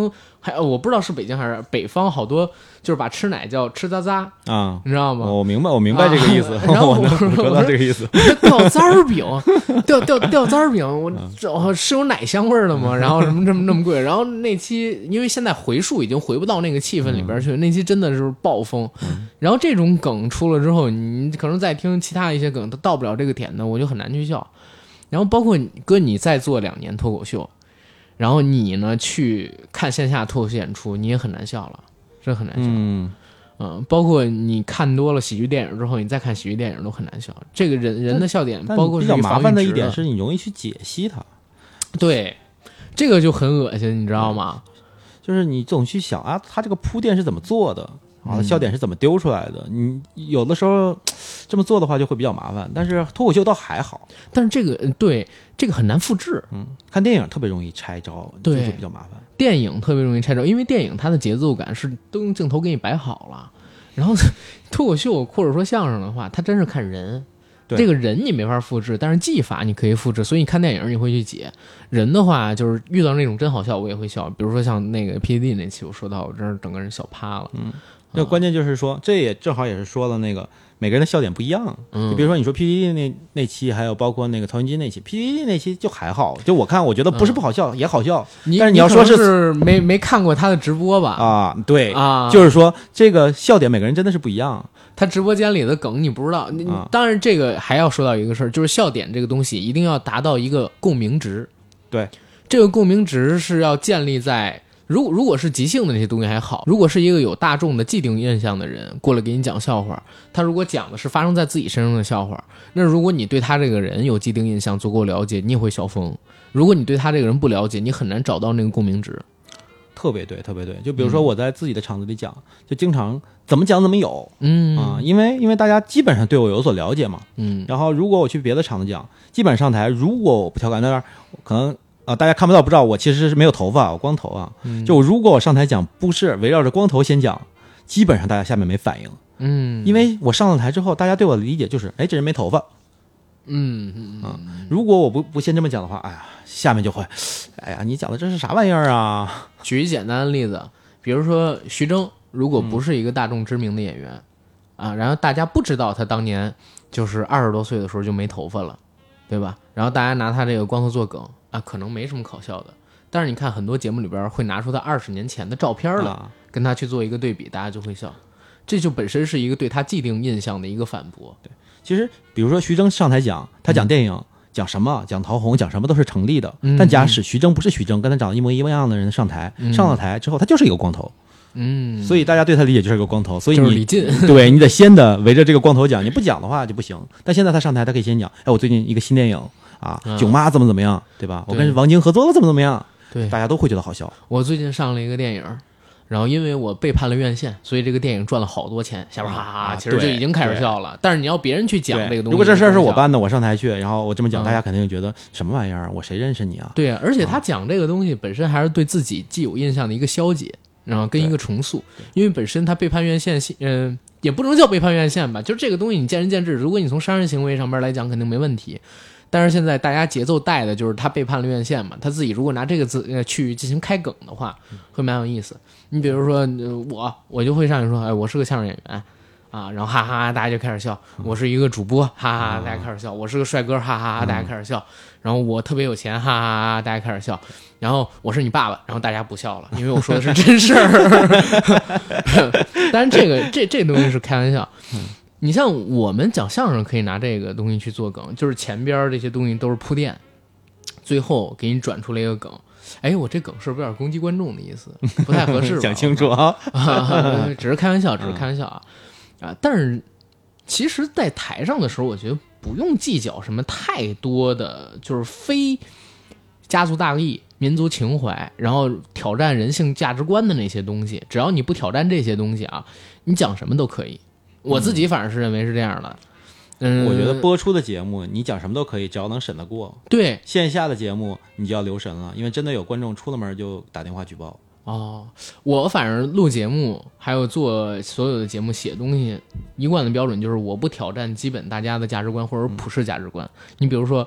还我不知道是北京还是北方，好多就是把吃奶叫吃渣渣啊， 你知道吗？ 我明白，我明白这个意思。 啊、然后我我能知道这个意思。 吊簪儿饼，吊吊吊簪儿饼，我这是有奶香味儿的吗？然后什么这么那么贵？然后那期因为现在回溯已经回不到那个气氛里边去，嗯、那期真的是爆疯。 嗯、 然后这种梗出了之后，你可能再听其他的一些梗，都到不了这个点的，我就很难去笑。然后包括哥，你再做两年脱口秀。然后你呢去看线下脱口秀演出，你也很难笑了，真很难笑。 嗯嗯，包括你看多了喜剧电影之后，你再看喜剧电影都很难笑。这个人人的笑点，包括比较麻烦的一点是你容易去解析它。 对，这个就很恶心，你知道吗？ 就是你总去想啊，他这个铺垫是怎么做的啊，笑点是怎么丢出来的？你有的时候这么做的话就会比较麻烦，但是脱口秀倒还好。 但是这个对这个很难复制。 嗯，看电影特别容易拆招， 对， 就比较麻烦。 电影特别容易拆招，因为电影它的节奏感是都用镜头给你摆好了，然后脱口秀或者说相声的话，它真是看人。这个人你没法复制，但是技法你可以复制，所以你看电影你会去解。人的话就是遇到那种真好笑我也会笑，比如说像那个 P D D 那期我说到我真是整个人笑趴了。 嗯，那关键就是说，这也正好也是说了那个每个人的笑点不一样。嗯，就比如说你说 P D D 那那期，还有包括那个曹云金那期 ，P D D 那期就还好，就我看我觉得不是不好笑，嗯、也好笑。但是你要说是是没没看过他的直播吧？ 啊，对啊， 就是说这个笑点每个人真的是不一样。 他直播间里的梗你不知道，你、啊、当然这个还要说到一个事儿，就是笑点这个东西一定要达到一个共鸣值。 对， 这个共鸣值是要建立在。如果如果是即兴的那些东西还好，如果是一个有大众的既定印象的人过来给你讲笑话，他如果讲的是发生在自己身上的笑话，那如果你对他这个人有既定印象足够了解，你也会笑疯。如果你对他这个人不了解，你很难找到那个共鸣值。 特别对，特别对。就比如说我在自己的场子里讲，嗯、就经常怎么讲怎么有， 嗯啊，因为因为大家基本上对我有所了解嘛， 嗯。 然后如果我去别的场子讲，基本上台如果我不调侃那儿，可能。啊，大家看不到不知道，我其实是没有头发，我光头啊。 嗯、 就如果我上台讲不是围绕着光头先讲，基本上大家下面没反应。 嗯， 因为我上了台之后，大家对我的理解就是，哎，这人没头发。 嗯嗯啊，如果我不不先这么讲的话，哎呀，下面就会，哎呀，你讲的这是啥玩意儿啊？ 举一简单的例子，比如说徐峥，如果不是一个大众知名的演员，嗯、啊，然后大家不知道他当年就是二十多岁的时候就没头发了，对吧？然后大家拿他这个光头做梗。啊，可能没什么可笑的，但是你看很多节目里边会拿出他二十年前的照片了，啊、跟他去做一个对比，大家就会笑，这就本身是一个对他既定印象的一个反驳。 对，其实比如说徐峥上台讲，他讲电影、嗯、讲什么，讲陶虹，讲什么都是成立的。嗯、但假使徐峥不是徐峥，跟他长得一模一样的人上台，嗯、上了台之后，他就是一个光头。 嗯， 所以大家对他理解就是一个光头，所以你就是李进， 对你得先的围着这个光头讲，你不讲的话就不行。但现在他上台，他可以先讲，哎，我最近一个新电影。啊，囧妈怎么怎么样，对吧？我跟王晶合作了，怎么怎么样？ 对， 大家都会觉得好笑。 我最近上了一个电影，然后因为我背叛了院线，所以这个电影赚了好多钱，下边哈哈哈，其实就已经开始笑了。但是你要别人去讲这个东西， 如果这事儿是我办的，我上台去，然后我这么讲，嗯、大家肯定觉得什么玩意儿？我谁认识你啊？ 对啊，而且他讲这个东西本身还是对自己既有印象的一个消解，然后跟一个重塑，因为本身他背叛院线，嗯、呃。也不能叫背叛院线吧，就是这个东西你见仁见智。如果你从商业行为上面来讲，肯定没问题。但是现在大家节奏带的就是他背叛了院线嘛，他自己如果拿这个字呃去进行开梗的话，会蛮有意思。你比如说、呃、我我就会上去说，哎，我是个相声演员啊，然后哈哈哈大家就开始笑。我是一个主播，哈哈哈大家开始笑。我是个帅哥，哈哈哈大家开始笑。然后我特别有钱，哈哈哈大家开始笑。然后我是你爸爸，然后大家不笑了，因为我说的是真事儿。当然这个这这东西是开玩笑。你像我们讲相声可以拿这个东西去做梗，就是前边这些东西都是铺垫，最后给你转出来一个梗。哎，我这梗是不是有点攻击观众的意思？不太合适吧？ 讲清楚啊！ 啊只是开玩笑，只是开玩笑啊！啊，但是其实，在台上的时候，我觉得不用计较什么太多的，就是非家族大义、民族情怀，然后挑战人性价值观的那些东西。只要你不挑战这些东西啊，你讲什么都可以。我自己反正是认为是这样的。嗯， 我觉得播出的节目你讲什么都可以，只要能审得过。 对， 线下的节目你就要留神了，因为真的有观众出了门就打电话举报。 哦，我反正录节目还有做所有的节目写东西，一贯的标准就是我不挑战基本大家的价值观或者普世价值观。嗯、你比如说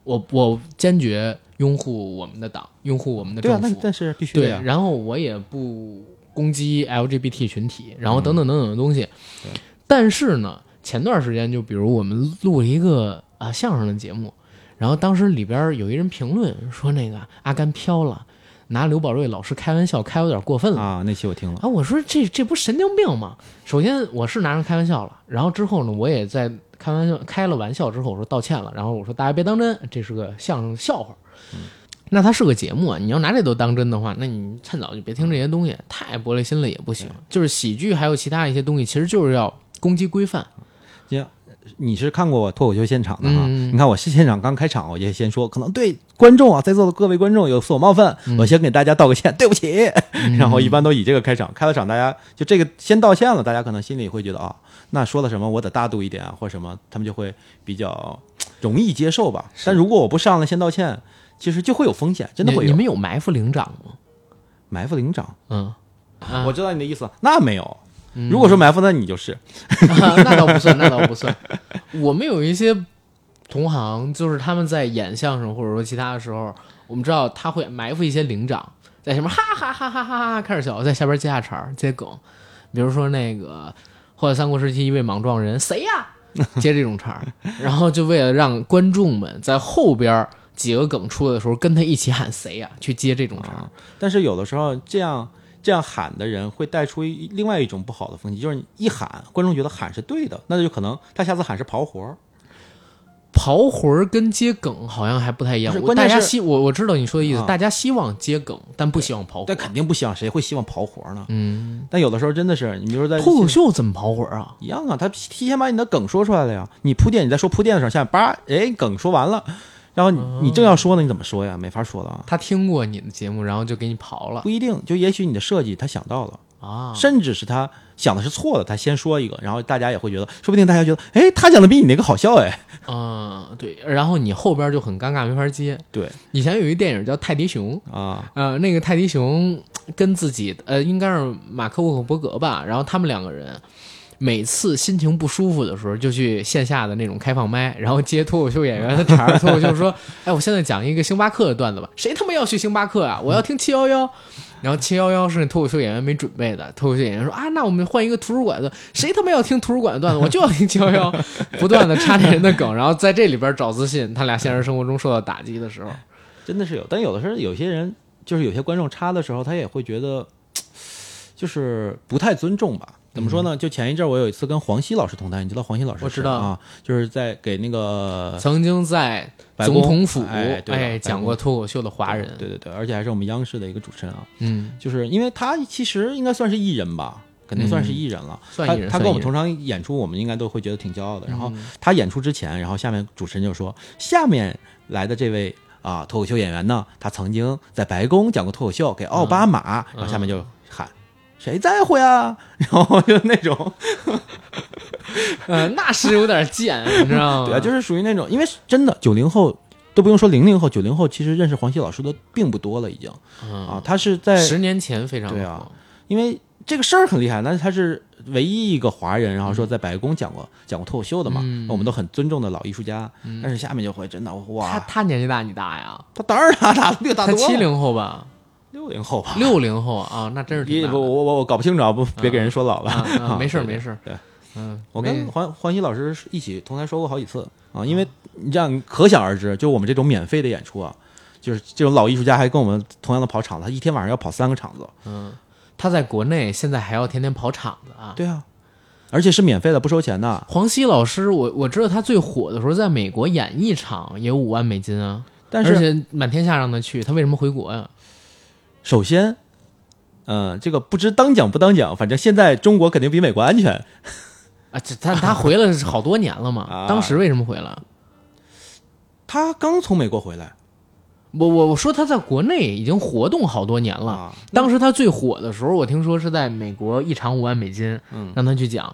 我我坚决拥护我们的党，拥护我们的政府。 对啊，那但是必须的呀。 对，然后我也不攻击 L G B T 群体，然后等等等等的东西。 嗯、 但是呢，前段时间就比如我们录了一个啊相声的节目，然后当时里边有一人评论说那个阿甘飘了。拿刘宝瑞老师开玩笑，开有点过分了啊！那期我听了啊，我说这这不神经病吗？首先我是拿人开玩笑了，然后之后呢，我也在开玩笑开了玩笑之后，我说道歉了，然后我说大家别当真，这是个相声笑话。嗯，那它是个节目啊，你要拿这都当真的话，那你趁早就别听这些东西，太玻璃心了也不行。就是喜剧还有其他一些东西，其实就是要攻击规范。 行。你是看过我脱口秀现场的哈、 嗯？ 你看我现场刚开场，我就先说，可能对观众啊，在座的各位观众有所冒犯，嗯、我先给大家道个歉，对不起。嗯、然后一般都以这个开场，开了场，大家就这个先道歉了，大家可能心里会觉得啊，那说了什么我得大度一点啊，或者什么，他们就会比较容易接受吧。但如果我不上来先道歉，其实就会有风险，真的会有。 你, 你们有埋伏领长吗？ 埋伏领长， 嗯， 啊、我知道你的意思，那没有。如果说埋伏，那你就是、 嗯啊，那倒不算，那倒不算。我们有一些同行，就是他们在演相声或者说其他的时候，我们知道他会埋伏一些领长，在前面哈哈哈哈哈哈开始笑，在下边接下茬接梗，比如说那个后来三国时期一位莽撞人谁呀、啊，接这种茬，然后就为了让观众们在后边几个梗出的时候跟他一起喊谁呀、啊，去接这种茬、啊。 但是有的时候这样。这样喊的人会带出一另外一种不好的风气，就是一喊，观众觉得喊是对的，那就可能他下次喊是刨活。 刨活跟接梗好像还不太一样。大家希我我知道你说的意思、啊，大家希望接梗，但不希望刨活。 但肯定不希望，谁会希望刨活呢？ 嗯。 但有的时候真的是，你比如说在脱口秀怎么刨活啊？ 一样啊，他提前把你的梗说出来了呀。你铺垫，你在说铺垫的时候，下面叭，哎，梗说完了。然后你你正要说呢，你怎么说呀？没法说了。 他听过你的节目，然后就给你刨了。 不一定，就也许你的设计他想到了啊， 甚至是他想的是错的，他先说一个，然后大家也会觉得，说不定大家觉得，哎，他讲的比你那个好笑，哎。 啊、嗯，对，然后你后边就很尴尬，没法接。 对， 以前有一电影叫《泰迪熊》 啊， 呃，那个泰迪熊跟自己呃，应该是马克沃克伯格吧，然后他们两个人。每次心情不舒服的时候，就去线下的那种开放麦，然后接脱口秀演员的茬儿。脱口秀说：“哎，我现在讲一个星巴克的段子吧，谁他妈要去星巴克啊？我要听七幺幺。”然后七幺幺是那脱口秀演员没准备的，脱口秀演员说：“啊，那我们换一个图书馆的，谁他妈要听图书馆的段子？我就要听七幺幺。”不断的插这人的梗，然后在这里边找自信。他俩现实生活中受到打击的时候， 真的是有。但有的时候，有些人就是有些观众插的时候，他也会觉得就是不太尊重吧。怎么说呢？就前一阵我有一次跟黄西老师同台，你知道黄西老师？ 我知道啊，就是在给那个曾经在总统府哎, 哎讲过脱口秀的华人， 对对对，而且还是我们央视的一个主持人啊。 嗯， 就是因为他其实应该算是艺人吧，肯定算是艺人了。 嗯、算艺人， 他他跟我们同场演出，我们应该都会觉得挺骄傲的。然后他演出之前，然后下面主持人就说：“下面来的这位啊脱口秀演员呢，他曾经在白宫讲过脱口秀，给奥巴马。嗯”然后下面就喊。嗯谁在乎呀？然后就那种， 呃，那是有点贱，你知道吗？ 对啊，就是属于那种，因为真的九零后都不用说零零后，九零后其实认识黄西老师的并不多了，已经、嗯、啊，他是在十年前非常对啊，因为这个事儿很厉害，那他是唯一一个华人，然后说在白宫讲过、嗯、讲过脱口秀的嘛、嗯，我们都很尊重的老艺术家，嗯、但是下面就会真的哇， 他他年纪大你大呀？ 他当然大大比我大多了， 他七零后吧。 六零后吧， 六零后啊，那真是挺大的。 我我我搞不清楚啊，不别给人说老了。 啊啊啊、没事没事。 对， 嗯， 我跟黄黄西老师一起同台说过好几次啊，因为你这样可想而知，就我们这种免费的演出啊，就是这种老艺术家还跟我们同样的跑场子，他一天晚上要跑三个场子。 嗯，他在国内现在还要天天跑场子啊。 对啊，而且是免费的，不收钱的。 黄西老师，我我知道他最火的时候在美国演一场也有五万美金啊， 但是而且满天下让他去，他为什么回国呀、啊？ 首先，嗯、呃，这个不知当讲不当讲，反正现在中国肯定比美国安全啊。这他他回了好多年了嘛、啊，当时为什么回来？ 他刚从美国回来。 我我我说他在国内已经活动好多年了、啊。当时他最火的时候，我听说是在美国一场五万美金，嗯，让他去讲。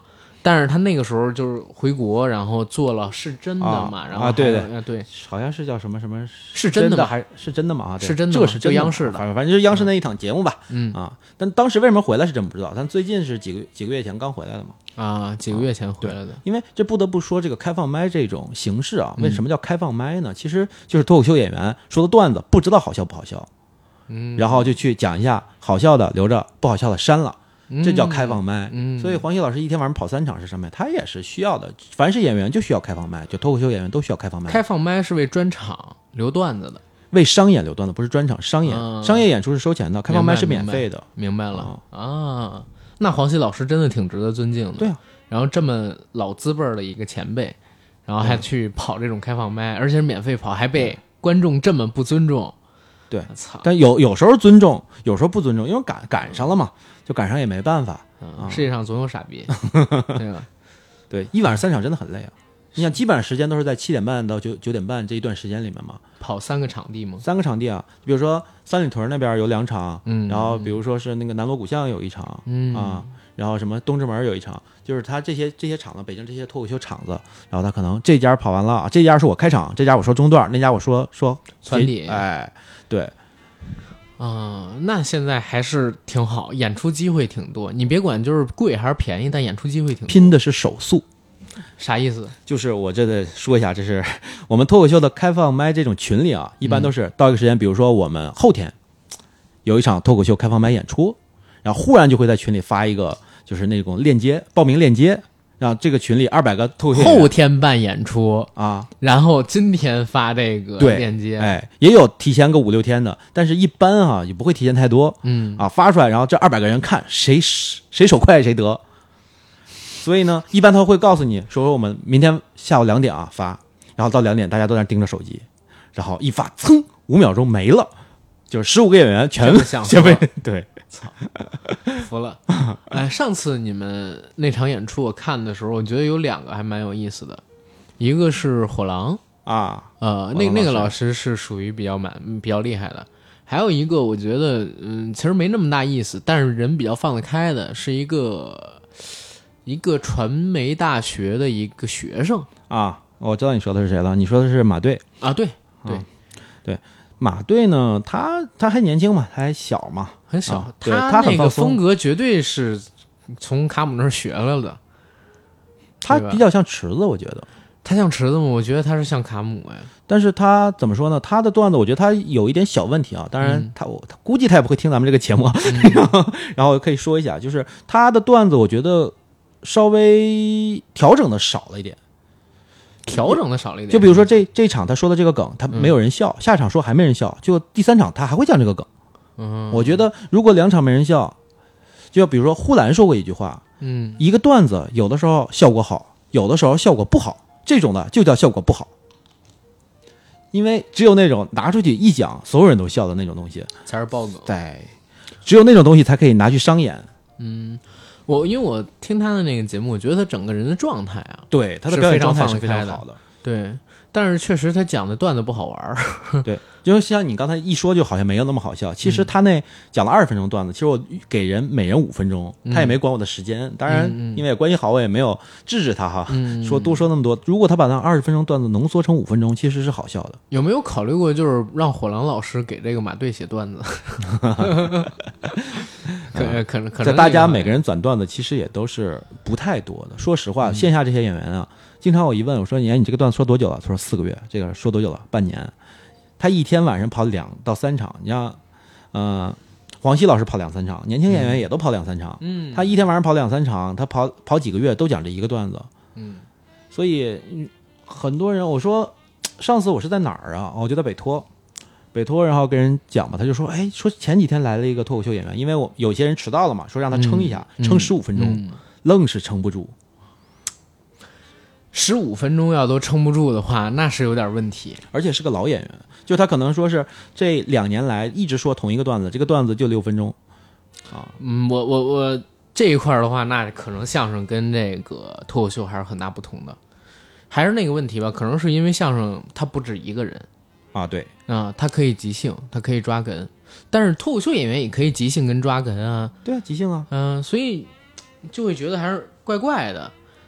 但是他那个时候就是回国，然后做了是真的嘛？ 啊、 然后啊，对对对， 好像是叫什么什么是真的的还是真的吗？啊， 是真的， 这个是真的， 央视的， 反正反正就是央视那一档节目吧。 嗯啊，但当时为什么回来是真不知道，但最近是几个几个月前刚回来的嘛。 啊，几个月前回来的。 因为这不得不说，这个开放麦这种形式啊，为什么叫开放麦呢？嗯、其实就是脱口秀演员说的段子，不知道好笑不好笑， 嗯， 然后就去讲一下好笑的留着，不好笑的删了。这叫开放麦， 嗯， 所以黄西老师一天晚上跑三场是什么呀？他也是需要的，凡是演员就需要开放麦，就脱口秀演员都需要开放麦。 开放麦是为专场留段子的， 为商演留段子，不是专场。商演、 嗯、 商业演出是收钱的，开放麦是免费的。 明白, 明白了、嗯、啊，那黄西老师真的挺值得尊敬的。 对啊， 然后这么老资辈的一个前辈，然后还去跑这种开放麦，嗯、而且是免费跑，还被观众这么不尊重。 对，但有有时候尊重，有时候不尊重，因为赶赶上了嘛，就赶上也没办法。 嗯、世界上总有傻逼，对吧？ 对，一晚上三场真的很累啊。你想，基本上时间都是在七点半到九九点半这一段时间里面嘛。 跑三个场地吗？ 三个场地啊，比如说三里屯那边有两场， 嗯， 然后比如说是那个南锣鼓巷有一场， 嗯啊，然后什么东直门有一场，就是他这些这些场子，北京这些脱口秀场子，然后他可能这家跑完了，这家是我开场，这家我说中段，那家我说说传底， 哎，对。 啊、嗯，那现在还是挺好，演出机会挺多。你别管就是贵还是便宜，但演出机会挺多。 拼的是手速， 啥意思？ 就是我这得说一下，这是我们脱口秀的开放麦这种群里啊，一般都是到一个时间，嗯、比如说我们后天有一场脱口秀开放麦演出，然后忽然就会在群里发一个就是那种链接，报名链接。让这个群里二百个脱口秀后天办演出啊， 然后今天发这个链接， 哎，也有提前个五六天的，但是一般啊也不会提前太多， 嗯啊发出来，然后这二百个人看谁谁手快谁得，所以呢，一般他会告诉你说我们明天下午两点啊发，然后到两点大家都在盯着手机，然后一发，噌，五秒钟没了，就是十五个演员全全被对。 操，服了！哎，上次你们那场演出我看的时候，我觉得有两个还蛮有意思的，一个是火狼啊， 呃，那那个老师是属于比较满比较厉害的，还有一个我觉得嗯，其实没那么大意思，但是人比较放得开的，是一个一个传媒大学的一个学生啊，我知道你说的是谁了，你说的是马队啊，对对、 啊、对。马队呢，他他还年轻嘛，他还小嘛， 很小。 啊、 他那个风格绝对是从卡姆那儿学来的。 他比较像池子，我觉得。 他像池子吗？我觉得他是像卡姆哎。 但是他怎么说呢？他的段子，我觉得他有一点小问题啊。当然他，他、嗯、他估计他也不会听咱们这个节目，嗯、然后可以说一下，就是他的段子，我觉得稍微调整的少了一点。 调整的少了一点， 就比如说这这场他说的这个梗，他没有人笑，嗯、下场说还没人笑，就第三场他还会讲这个梗。 嗯， 我觉得如果两场没人笑，就比如说呼兰说过一句话， 嗯， 一个段子有的时候效果好，有的时候效果不好，这种的就叫效果不好。因为只有那种拿出去一讲，所有人都笑的那种东西才是爆梗。 对，只有那种东西才可以拿去商演。 嗯。我因为我听他的那个节目，我觉得他整个人的状态啊， 对他的表演状态是非常好的， 对。但是确实他讲的段子不好玩对，就像你刚才一说，就好像没有那么好笑。其实他那讲了二十分钟段子，其实我给人每人五分钟，他也没管我的时间。当然，因为关系好，我也没有制止他哈， 嗯、 说多说那么多。如果他把那二十分钟段子浓缩成五分钟，其实是好笑的。 有没有考虑过，就是让火狼老师给这个马队写段子？可能可能可能在大家每个人攒段子，其实也都是不太多的。说实话， 嗯、 线下这些演员啊。经常我一问我说：“你你这个段子说多久了？”他说：“四个月。”这个说多久了？半年。他一天晚上跑两到三场。你像，呃，黄西老师跑两三场，年轻演员也都跑两三场。 嗯， 他一天晚上跑两三场，他跑跑几个月都讲这一个段子。 嗯， 所以很多人我说，上次我是在哪儿啊？我就在北托，北托，然后跟人讲嘛，他就说：“哎，说前几天来了一个脱口秀演员，因为我有些人迟到了嘛，说让他撑一下， 嗯、 撑十五分钟、 嗯， 愣是撑不住。” 十五分钟要都撑不住的话，那是有点问题。 而且是个老演员，就他可能说是这两年来一直说同一个段子，这个段子就六分钟啊。 嗯，我我我这一块的话，那可能相声跟这个脱口秀还是很大不同的。还是那个问题吧，可能是因为相声它不止一个人啊，对啊，它可以即兴，它可以抓哏，但是脱口秀演员也可以即兴跟抓哏啊。 对啊，即兴啊， 嗯、呃，所以就会觉得还是怪怪的。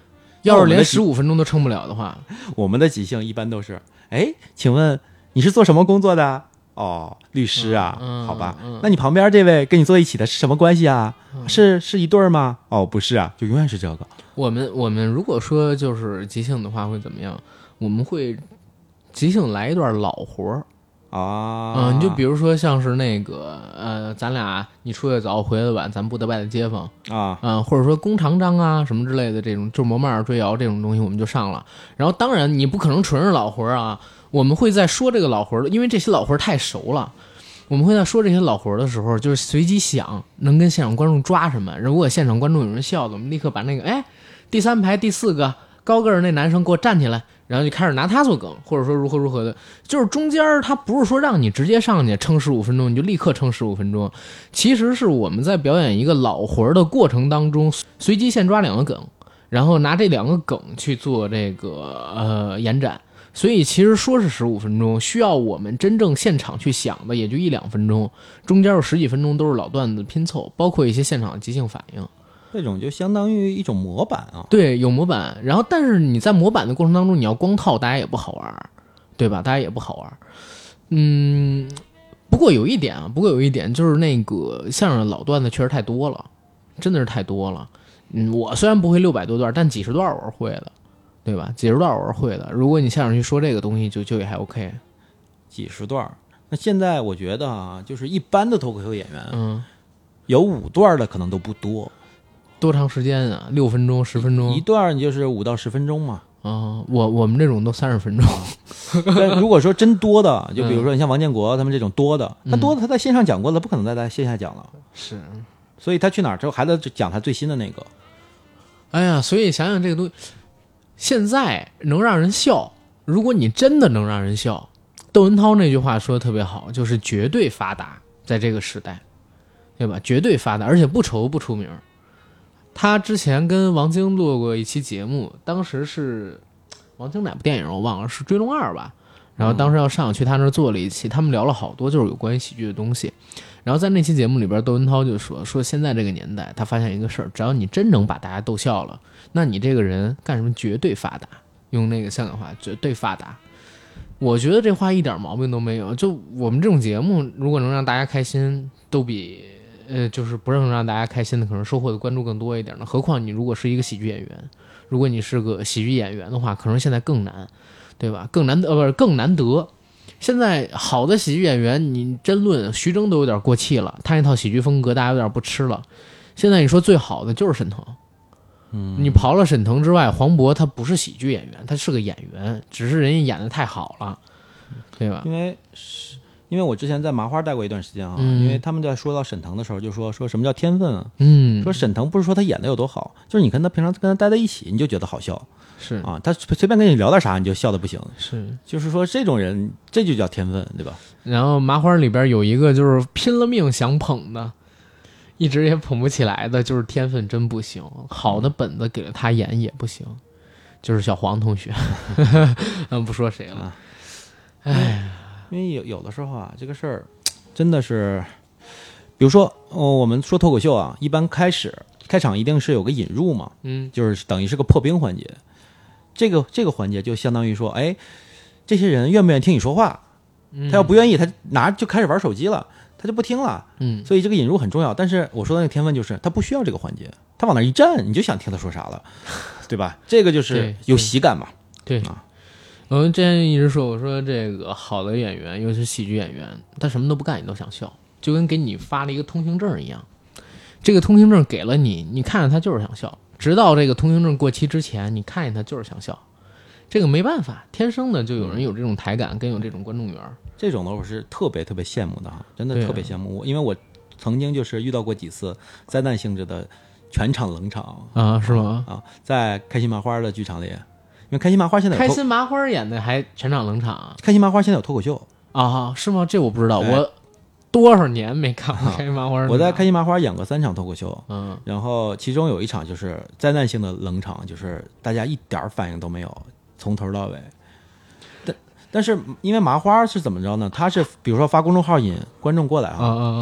要是连十五分钟都撑不了的话， 我们的即兴一般都是，哎，请问你是做什么工作的？哦，律师啊， 嗯、 好吧、 嗯。 那你旁边这位跟你坐一起的是什么关系啊？嗯、是是一对儿吗？哦，不是啊，就永远是这个。 我们我们如果说就是即兴的话会怎么样？我们会即兴来一段老活儿。 啊， 嗯，你就比如说像是那个呃，咱俩你出去早回来晚，咱不得拜的街坊啊， 嗯，或者说弓长张啊什么之类的这种，就磨慢追摇这种东西我们就上了。然后当然你不可能纯是老活啊，我们会在说这个老活的，因为这些老活太熟了，我们会在说这些老活的时候，就是随机想能跟现场观众抓什么。如果现场观众有人笑的，我们立刻把那个哎第三排第四个高个儿那男生给我站起来。然后就开始拿他做梗，或者说如何如何的，就是中间他不是说让你直接上去撑十五分钟，你就立刻撑十五分钟，其实是我们在表演一个老活的过程当中，随机现抓两个梗，然后拿这两个梗去做这个呃延展，所以其实说是十五分钟，需要我们真正现场去想的也就一两分钟，中间有十几分钟都是老段子拼凑，包括一些现场的即兴反应。 这种就相当于一种模板啊， 对，有模板。然后，但是你在模板的过程当中，你要光套，大家也不好玩，对吧？大家也不好玩。嗯，不过有一点啊，不过有一点就是那个相声老段子确实太多了，真的是太多了。嗯，我虽然不会六百多段，但几十段我是会的，对吧？几十段我是会的。如果你相声去说这个东西就，就就也还 OK。 几十段，那现在我觉得啊，就是一般的脱口秀演员， 嗯， 有五段的可能都不多。 多长时间啊？六分钟、十分钟？ 一段就是五到十分钟嘛。 啊、哦，我我们这种都三十分钟。 但如果说真多的，就比如说你像王建国他们这种多的，他、嗯、多的他在线上讲过了，不可能再在线下讲了。 是， 所以他去哪儿之后还得讲他最新的那个。 哎呀，所以想想这个东西，现在能让人笑，如果你真的能让人笑，窦文涛那句话说的特别好，就是绝对发达，在这个时代，对吧？绝对发达，而且不愁不出名。他之前跟王晶录过一期节目，当时是王晶哪部电影我忘了，是《追龙二》吧。然后当时要上去他那儿做了一期，他们聊了好多就是有关于喜剧的东西。然后在那期节目里边，窦文涛就说说现在这个年代，他发现一个事儿，只要你真能把大家逗笑了，那你这个人干什么绝对发达。用那个香港话，绝对发达。我觉得这话一点毛病都没有。就我们这种节目，如果能让大家开心，都比。呃，就是不能让大家开心的，可能收获的关注更多一点的。何况你如果是一个喜剧演员，如果你是个喜剧演员的话，可能现在更难，对吧？更难得，呃，不是更难得。现在好的喜剧演员，你真论徐峥都有点过气了，他那套喜剧风格大家有点不吃了。现在你说最好的就是沈腾， 嗯， 你刨了沈腾之外，黄渤他不是喜剧演员，他是个演员，只是人家演的太好了，对吧？ 因为是。因为我之前在麻花待过一段时间啊、 嗯， 因为他们在说到沈腾的时候，就说说什么叫天分啊？ 嗯， 说沈腾不是说他演的有多好，就是你跟他平常跟他待在一起，你就觉得好笑， 是啊，他随便跟你聊点啥，你就笑得不行， 是， 就是说这种人，这就叫天分，对吧？ 然后麻花里边有一个就是拼了命想捧的，一直也捧不起来的，就是天分真不行，好的本子给了他演也不行，就是小黄同学，嗯，不说谁了，哎。 因为有有的时候啊，这个事儿真的是，比如说，哦，我们说脱口秀啊，一般开始开场一定是有个引入嘛， 嗯， 就是等于是个破冰环节。这个这个环节就相当于说，哎，这些人愿不愿意听你说话？他要不愿意，他拿就开始玩手机了，他就不听了。 嗯， 所以这个引入很重要。但是我说的那个天分就是，他不需要这个环节，他往那一站，你就想听他说啥了，对吧？这个就是有喜感嘛。 对啊。我们之前一直说，我说这个好的演员，尤其是喜剧演员，他什么都不干，你都想笑，就跟给你发了一个通行证一样。这个通行证给了你，你看着他就是想笑，直到这个通行证过期之前，你看见他就是想笑。这个没办法，天生的就有人有这种台感，跟有这种观众缘。 这种的我是特别特别羡慕的哈，真的特别羡慕我，因为我曾经就是遇到过几次灾难性质的全场冷场啊，是吗？ 啊，在开心麻花的剧场里。因为开心麻花现在有开心麻花演的还全场冷场啊！ 开心麻花现在有脱口秀啊，是吗？这我不知道，我多少年没看过开心麻花。 我在开心麻花演过三场脱口秀， 嗯， 然后其中有一场就是灾难性的冷场，就是大家一点反应都没有，从头到尾。但但是因为麻花是怎么着呢？他是比如说发公众号引观众过来啊， 嗯嗯嗯，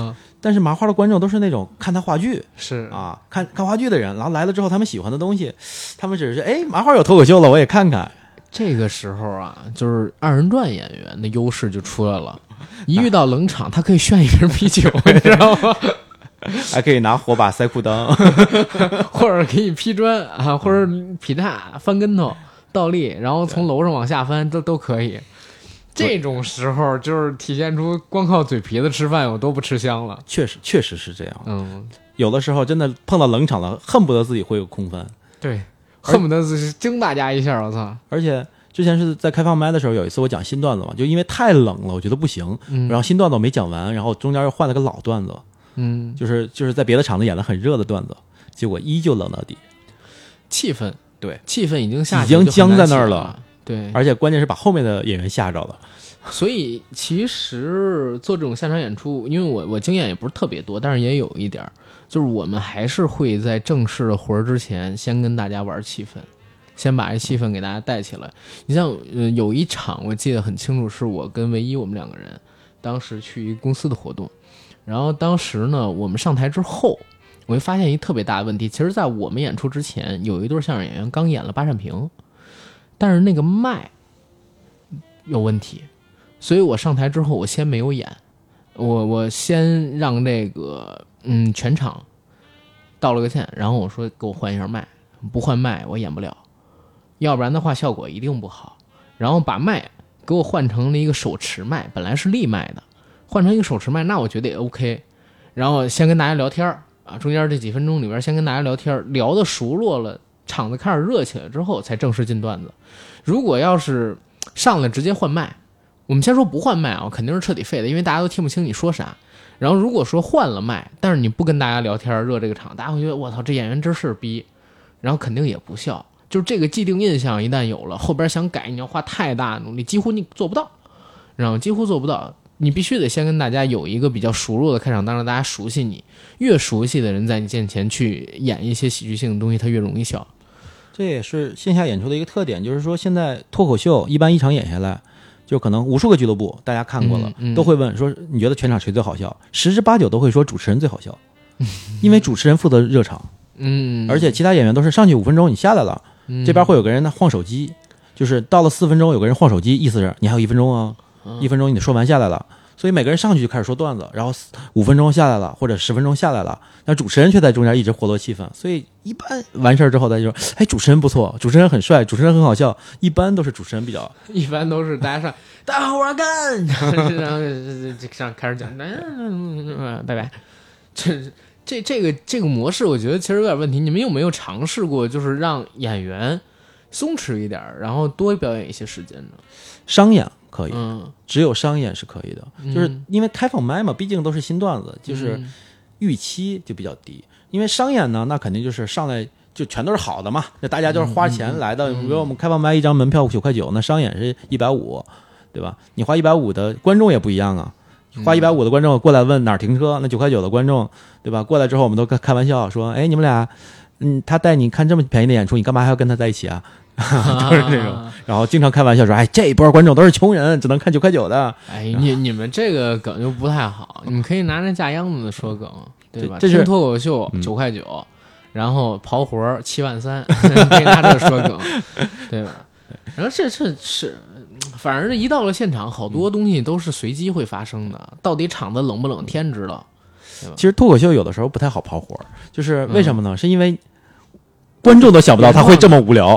但是麻花的观众都是那种看他话剧是啊，看看话剧的人，然后来了之后他们喜欢的东西，他们只是哎麻花有脱口秀了，我也看看。 这个时候啊，就是二人转演员的优势就出来了，一遇到冷场，他可以炫一瓶啤酒，你知道吗？ 还可以拿火把塞裤裆， 或者给你劈砖啊，或者劈叉、翻跟头、倒立，然后从楼上往下翻，都都可以。这种时候就是体现出光靠嘴皮子吃饭有多不吃香了。 确实，确实是这样。 嗯， 有的时候真的碰到冷场了，恨不得自己会有空翻。 对，恨不得自己惊大家一下，我操！ 而且之前是在开放麦的时候，有一次我讲新段子嘛，就因为太冷了，我觉得不行， 嗯、 然后新段子我没讲完，然后中间又换了个老段子。 嗯， 就是就是在别的场子演的很热的段子，结果依旧冷到底。 气氛， 对， 气氛已经下已经僵在那儿了。 对， 而且关键是把后面的演员吓着了。 所以其实做这种现场演出，因为我我经验也不是特别多，但是也有一点，就是我们还是会在正式的活儿之前，先跟大家玩气氛，先把这气氛给大家带起来。你像呃有一场我记得很清楚，是我跟唯一我们两个人当时去一个公司的活动。然后当时呢，我们上台之后，我会发现一特别大的问题。其实，在我们演出之前，有一对相声演员刚演了八扇屏，但是那个麦有问题，所以我上台之后，我先没有演，我我先让这个嗯全场道了个歉，然后我说给我换一下麦，不换麦我演不了，要不然的话效果一定不好。然后把麦给我换成了一个手持麦，本来是立麦的。换成一个手持麦，那我觉得也 OK。然后先跟大家聊天啊，中间这几分钟里边先跟大家聊天，聊得熟络了，场子开始热起来之后，才正式进段子。如果要是上来直接换麦，我们先说不换麦啊，肯定是彻底废的，因为大家都听不清你说啥。然后如果说换了麦，但是你不跟大家聊天热这个场，大家会觉得我操这演员真是逼，然后肯定也不笑。就是这个既定印象一旦有了，后边想改你要花太大努力，几乎你做不到，然后几乎做不到。你必须得先跟大家有一个比较熟络的开场，当让大家熟悉你，越熟悉的人在你面前去演一些喜剧性的东西，他越容易笑。 这也是线下演出的一个特点，就是说现在脱口秀一般一场演下来，就可能无数个俱乐部大家看过了， 嗯嗯、 都会问说你觉得全场谁最好笑？十之八九都会说主持人最好笑，因为主持人负责热场， 嗯， 而且其他演员都是上去五分钟你下来了， 嗯、 这边会有个人晃手机，就是到了四分钟有个人晃手机，意思是你还有一分钟啊。一分钟你得说完下来了，所以每个人上去就开始说段子，然后五分钟下来了或者十分钟下来了，那主持人却在中间一直活络气氛，所以一般完事儿之后大家就说哎主持人不错，主持人很帅，主持人很好笑，一般都是主持人比较一般都是大家上大家好我要干然后这样开始讲拜拜。这这这个这个模式我觉得其实有点问题，你们有没有尝试过就是让演员松弛一点，然后多表演一些时间呢？ 商演可以、 嗯、 只有商演是可以的、嗯、就是因为开放麦嘛，毕竟都是新段子，就是预期就比较低、嗯、因为商演呢那肯定就是上来就全都是好的嘛，那大家就是花钱来的、嗯、比如我们开放麦一张门票九块九，那商演是一百五，对吧？你花一百五的观众也不一样啊，花一百五的观众过来问哪儿停车，那九块九的观众对吧过来之后我们都开玩笑说哎你们俩嗯，他带你看这么便宜的演出，你干嘛还要跟他在一起啊？都是这种，然后经常开玩笑说，哎，这一波观众都是穷人，只能看九块九的。 哎，你你们这个梗就不太好，你们可以拿那架秧子的说梗，对吧？ 这是听脱口秀九块九，然后刨活七万三，可以拿这说梗，对吧？然后这这是，反正一到了现场，好多东西都是随机会发生的，到底场子冷不冷，天知道。 其实脱口秀有的时候不太好刨活，就是为什么呢？嗯、是因为观众都想不到他会这么无聊。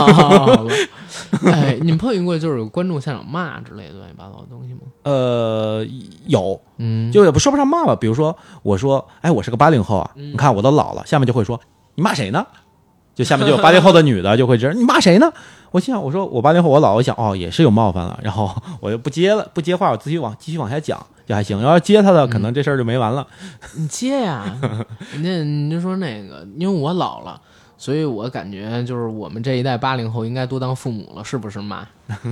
哎，你们碰见过就是有观众现场骂之类的乱七八糟的东西吗？ 呃，有， 嗯， 就也不说不上骂吧。比如说，我说，哎，我是个八零后啊， 嗯、 你看我都老了，下面就会说你骂谁呢？就下面就有八零后的女的就会知道你骂谁呢？我心想，我说我八零后我老，我想哦也是有冒犯了，然后我就不接了，不接话，我继续往继续往下讲。就还行，然后接他的，可能这事儿就没完了。 嗯、你接呀，那你就说那个，因为我老了，所以我感觉就是我们这一代八零后应该多当父母了，是不是嘛？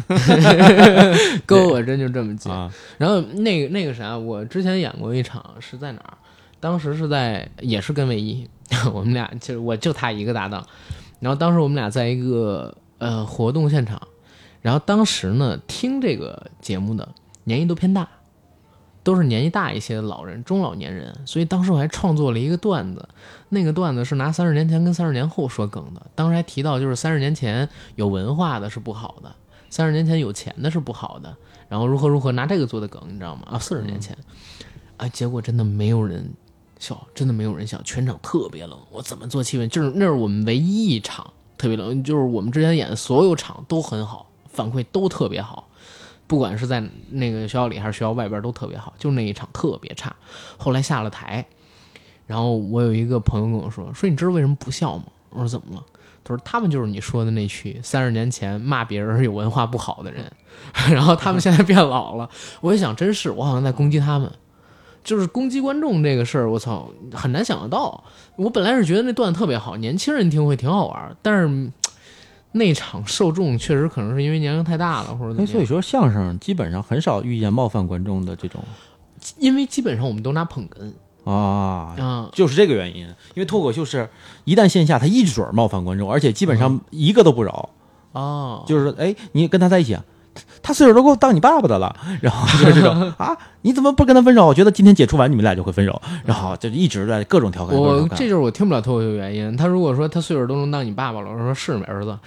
哥，我真就这么接。啊、然后那个那个啥，我之前演过一场是在哪儿？当时是在也是跟魏一，我们俩就是我就他一个搭档。然后当时我们俩在一个呃活动现场，然后当时呢听这个节目的年纪都偏大。 都是年纪大一些的老人，中老年人，所以当时我还创作了一个段子，那个段子是拿三十年前跟三十年后说梗的。当时还提到，就是三十年前有文化的是不好的，三十年前有钱的是不好的，然后如何如何拿这个做的梗，你知道吗？啊，四十年前，啊，结果真的没有人笑，真的没有人笑，全场特别冷。我怎么做气氛？就是那是我们唯一一场特别冷，就是我们之前演的所有场都很好，反馈都特别好。不管是在那个学校里还是学校外边都特别好，就那一场特别差。后来下了台，然后我有一个朋友跟我说，说你知道为什么不笑吗？我说怎么了？他说他们就是你说的那群三十年前骂别人有文化不好的人，然后他们现在变老了。我一想，真是我好像在攻击他们，就是攻击观众这个事儿，我操，很难想得到。我本来是觉得那段子特别好，年轻人听会挺好玩，但是那场受众确实可能是因为年龄太大了，或者怎么样。 所以说相声基本上很少遇见冒犯观众的这种， 因为基本上我们都拿捧哏啊， 啊， 就是这个原因。因为脱口秀是一旦线下，他一准冒犯观众，而且基本上一个都不饶。 哦， 就是哎，你跟他在一起啊，他岁数都够当你爸爸的了，然后就是这种啊，你怎么不跟他分手？我觉得今天解除完你们俩就会分手，然后就一直在各种调侃。 我这就是我听不了脱口秀原因。他如果说他岁数都能当你爸爸了，我说是儿子，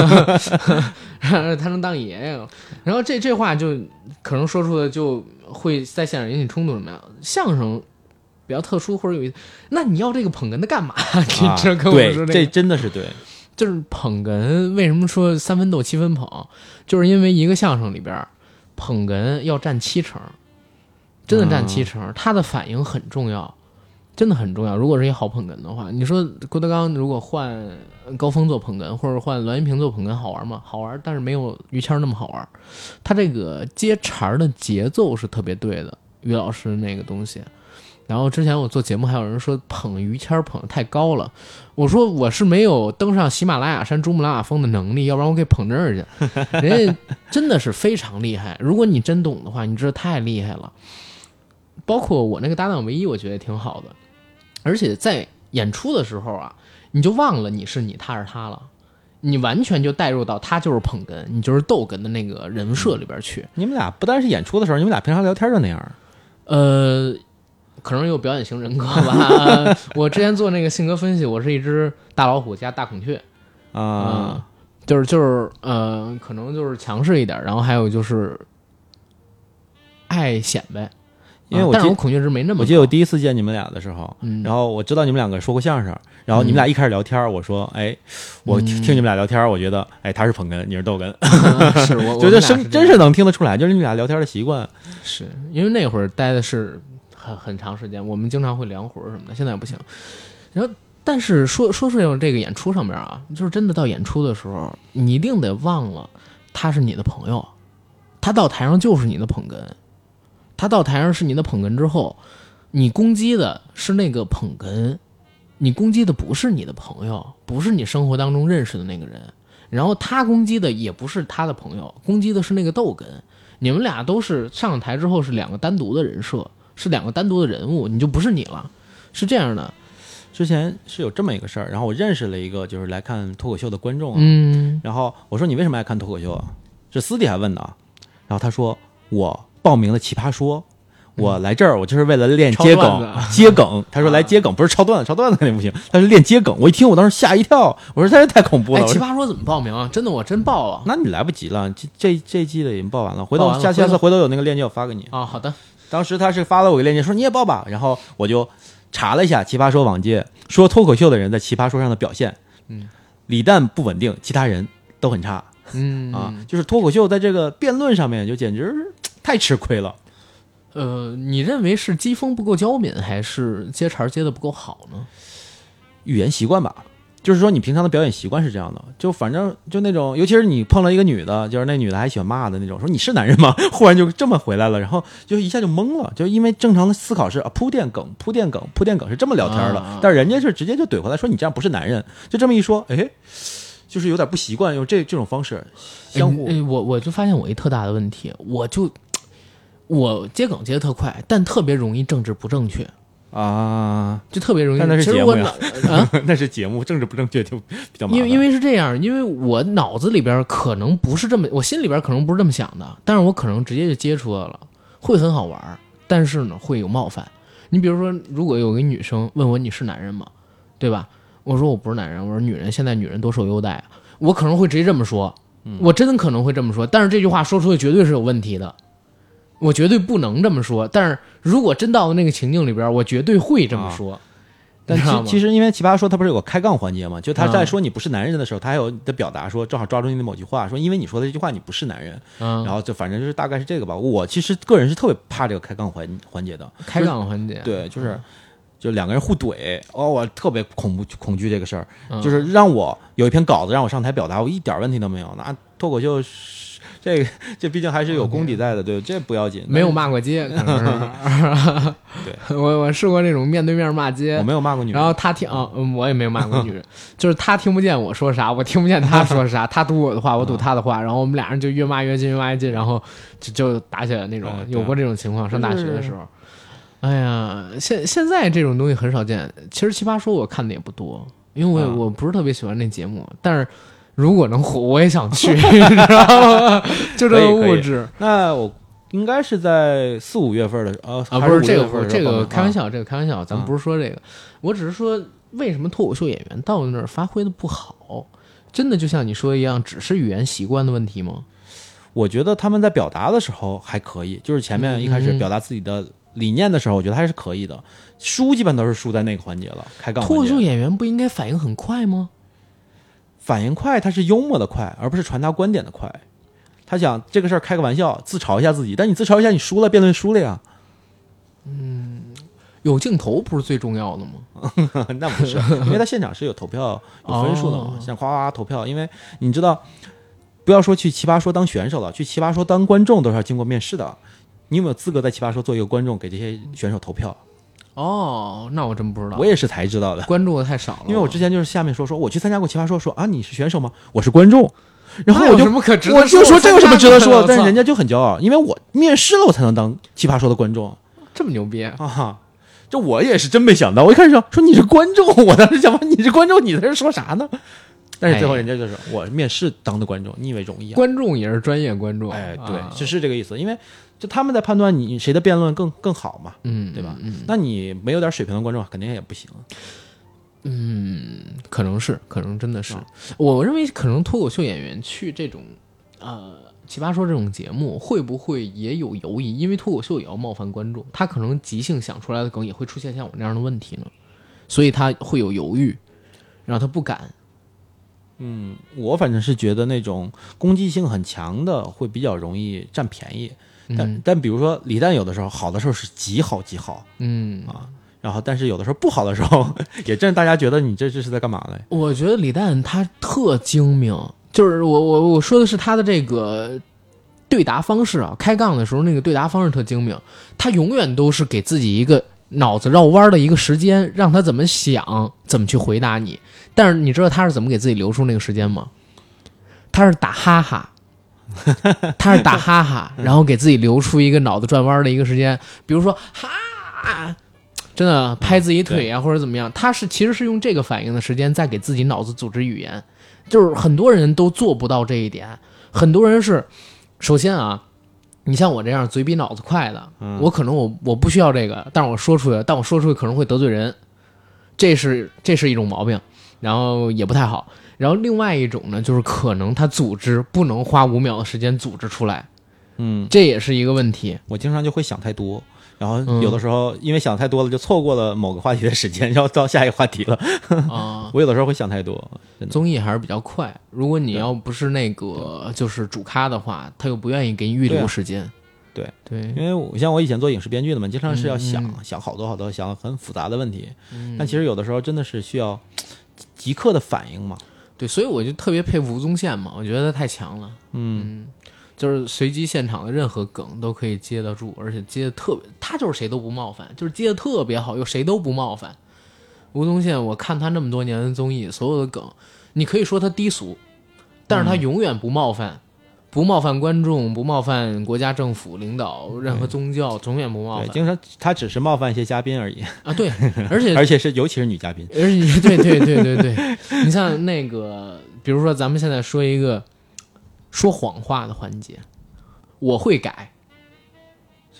他能当爷爷了。然后这这话就可能说出的就会在现场引起冲突什么呀？相声比较特殊或者有一，那你要这个捧哏的干嘛？ 啊、 你这跟我说、这个、 对，这真的是对。 就是捧哏，为什么说三分逗七分捧？就是因为一个相声里边，捧哏要占七成，真的占七成，他的反应很重要，真的很重要。如果是一好捧哏的话，你说郭德纲如果换高峰做捧哏，或者换栾云平做捧哏，好玩吗？好玩，但是没有于谦那么好玩。他这个接茬的节奏是特别对的，于老师那个东西。然后之前我做节目还有人说捧于谦捧得太高了，我说我是没有登上喜马拉雅山珠穆朗玛峰的能力，要不然我可以捧这儿去。人家真的是非常厉害，如果你真懂的话，你知道太厉害了。包括我那个搭档唯一，我觉得挺好的，而且在演出的时候啊，你就忘了你是你，他是他了，你完全就带入到他就是捧哏，你就是逗哏的那个人设里边去。 你们俩不单是演出的时候，你们俩平常聊天就那样。 呃。可能有表演型人格吧。我之前做那个性格分析，我是一只大老虎加大孔雀啊、 呃，就是就是呃，可能就是强势一点，然后还有就是爱显摆。 因为我、 呃、但是我孔雀值没那么高。 我记得我第一次见你们俩的时候、 嗯， 然后我知道你们两个说过相声，然后你们俩一开始聊天，嗯、我说，哎，我听、嗯、听你们俩聊天，我觉得，哎，他是捧哏，你是逗哏， 嗯、是我觉得真真是能听得出来，就是你们俩聊天的习惯。 是因为那会儿待的是。很很长时间，我们经常会量活什么的，现在不行。然后，但是说说说这个演出上面啊，就是真的到演出的时候，你一定得忘了他是你的朋友，他到台上就是你的捧哏，他到台上是你的捧哏之后，你攻击的是那个捧哏，你攻击的不是你的朋友，不是你生活当中认识的那个人，然后他攻击的也不是他的朋友，攻击的是那个逗哏，你们俩都是上台之后是两个单独的人设。是两个单独的人物，你就不是你了，是这样的。 之前是有这么一个事儿，然后我认识了一个就是来看脱口秀的观众啊， 嗯， 然后我说你为什么爱看脱口秀啊？是私底下问的啊，然后他说我报名了奇葩说，我来这儿我就是为了练接梗，接梗。他说来接梗，不是抄段子，抄段子肯定不行，他是练接梗。我一听我当时吓一跳，我说这太恐怖了。 哎，奇葩说怎么报名啊？真的我真报了。 那你来不及了，这这这季的已经报完了，回头下下次回头有那个链接我发给你啊。好的。 当时他是发了我一个链接，说你也报吧，然后我就查了一下奇葩说网界，说脱口秀的人在奇葩说上的表现， 嗯， 李诞不稳定，其他人都很差， 嗯啊，就是脱口秀在这个辩论上面就简直太吃亏了。 呃，你认为是机锋不够焦敏，还是接茬接的不够好呢？ 语言习惯吧。就是说你平常的表演习惯是这样的，就反正就那种，尤其是你碰了一个女的，就是那女的还喜欢骂的那种，说你是男人吗？忽然就这么回来了，然后就一下就懵了，就因为正常的思考是啊铺垫梗铺垫梗铺垫梗是这么聊天的，啊、但是人家是直接就怼回来说你这样不是男人，就这么一说，哎，就是有点不习惯用这这种方式相互。 哎哎、我我就发现我一特大的问题，我就我接梗接得特快，但特别容易政治不正确。 啊， 就特别容易。 但那是节目呀， 啊， 那是节目，政治不正确就比较麻烦。 因为因为是这样，因为我脑子里边可能不是这么，我心里边可能不是这么想的，但是我可能直接就接出来了，会很好玩。 但是呢会有冒犯。你比如说，如果有个女生问我你是男人吗，对吧？我说我不是男人，我说女人，现在女人多受优待啊，我可能会直接这么说，我真的可能会这么说，但是这句话说出去绝对是有问题的，我绝对不能这么说。但是如果真到了那个情境里边，我绝对会这么说。啊、 但其其实因为奇葩说他不是有个开杠环节嘛，就他在说你不是男人的时候，他还有的表达说正好抓住你的某句话，说因为你说的这句话你不是男人，嗯、然后就反正就是大概是这个吧。我其实个人是特别怕这个开杠环环节的， 开杠环节， 对，就是。嗯就两个人互怼，哦，我特别恐怖恐惧这个事儿，嗯、就是让我有一篇稿子让我上台表达，我一点问题都没有。那脱口秀这个这毕竟还是有功底在的，对，这不要紧。 没有骂过街，可能是对，我我试过那种面对面骂街， 我没有骂过女人， 然后他听啊、嗯，我也没有骂过女人，就是他听不见我说啥，我听不见他说啥，他堵我的话，我堵他的话，然后我们俩人就越骂越近，越骂越近，然后就就打起来那种，有过这种情况，上大学的时候。哎呀，现现在这种东西很少见。其实奇葩说我看的也不多，因为我、啊、我不是特别喜欢那节目。但是如果能火，我也想去，你知道吗？就这个物质。 那我应该是在四五月份的呃啊，不是这个这个开玩笑，这个开玩笑，咱们不是说这个，啊、我只是说为什么脱口秀演员到那儿发挥的不好？真的就像你说的一样，只是语言习惯的问题吗？ 我觉得他们在表达的时候还可以，就是前面一开始表达自己的。理念的时候，我觉得还是可以的。输基本都是输在那个环节了，开杠环节。 脱口秀演员不应该反应很快吗？ 反应快，他是幽默的快，而不是传达观点的快。他想这个事儿开个玩笑，自嘲一下自己，但你自嘲一下，你输了，辩论输了呀。 嗯，有镜头不是最重要的吗？ 那不是，因为他现场是有投票、有分数的嘛，像哗哗投票。因为你知道，不要说去奇葩说当选手了，去奇葩说当观众都是要经过面试的。你有没有资格在奇葩说做一个观众，给这些选手投票？ 哦，那我真不知道， 我也是才知道的， 关注的太少了。 因为我之前就是下面说说我去参加过奇葩说，说啊你是选手吗？我是观众，然后我就什么可值得我就说这有什么值得说的？但是人家就很骄傲，因为我面试了我才能当奇葩说的观众， 这么牛逼啊！这我也是真没想到，我一开始说说你是观众，我当时想问你是观众，你在这说啥呢？但是最后人家就是、哎、我面试当的观众，你以为容易啊？ 观众也是专业观众， 哎，对，啊、就是这个意思，因为。就他们在判断你谁的辩论更更好嘛， 嗯， 对吧？ 嗯， 那你没有点水平的观众肯定也不行。 嗯，可能是，可能真的是。啊、我认为可能脱口秀演员去这种呃奇葩说这种节目，会不会也有犹疑？因为脱口秀也要冒犯观众，他可能即兴想出来的梗也会出现像我那样的问题呢，所以他会有犹豫，然后他不敢。 嗯，我反正是觉得那种攻击性很强的会比较容易占便宜。但、嗯、但比如说李诞有的时候好的时候是极好极好， 嗯啊，然后但是有的时候不好的时候，也真大家觉得你这这是在干嘛呢？ 我觉得李诞他特精明，就是我我我说的是他的这个对答方式啊，开杠的时候那个对答方式特精明，他永远都是给自己一个脑子绕弯的一个时间，让他怎么想怎么去回答你。但是你知道他是怎么给自己留出那个时间吗？他是打哈哈。他是打哈哈，然后给自己留出一个脑子转弯的一个时间，比如说哈，真的拍自己腿啊、嗯、或者怎么样，他是其实是用这个反应的时间在给自己脑子组织语言，就是很多人都做不到这一点。很多人是首先啊，你像我这样嘴比脑子快的， 嗯、 我可能我我不需要这个，但是我说出去，但我说出去可能会得罪人，这是这是一种毛病，然后也不太好。然后另外一种呢，就是可能他组织不能花五秒的时间组织出来， 嗯， 这也是一个问题。 我经常就会想太多，然后有的时候因为想太多了，就错过了某个话题的时间，然后到下一个话题了。啊，我有的时候会想太多。 综艺还是比较快，如果你要不是那个就是主咖的话，他又不愿意给你预留时间。 对对， 因为我像我以前做影视编剧的嘛，经常是要想、嗯、想好多好多，想很复杂的问题、嗯，但其实有的时候真的是需要即刻的反应嘛。 对，所以我就特别佩服吴宗宪嘛，我觉得他太强了。 嗯, 嗯，就是随机现场的任何梗都可以接得住，而且接的特别，他就是谁都不冒犯，就是接的特别好，又谁都不冒犯。吴宗宪，我看他那么多年的综艺，所有的梗，你可以说他低俗，但是他永远不冒犯。嗯，不冒犯观众，不冒犯国家政府领导，任何宗教，永远不冒犯。 经常他只是冒犯一些嘉宾而已啊，对，而且而且是尤其是女嘉宾， 而且对对对对对，你像那个，比如说咱们现在说一个说谎话的环节，我会改，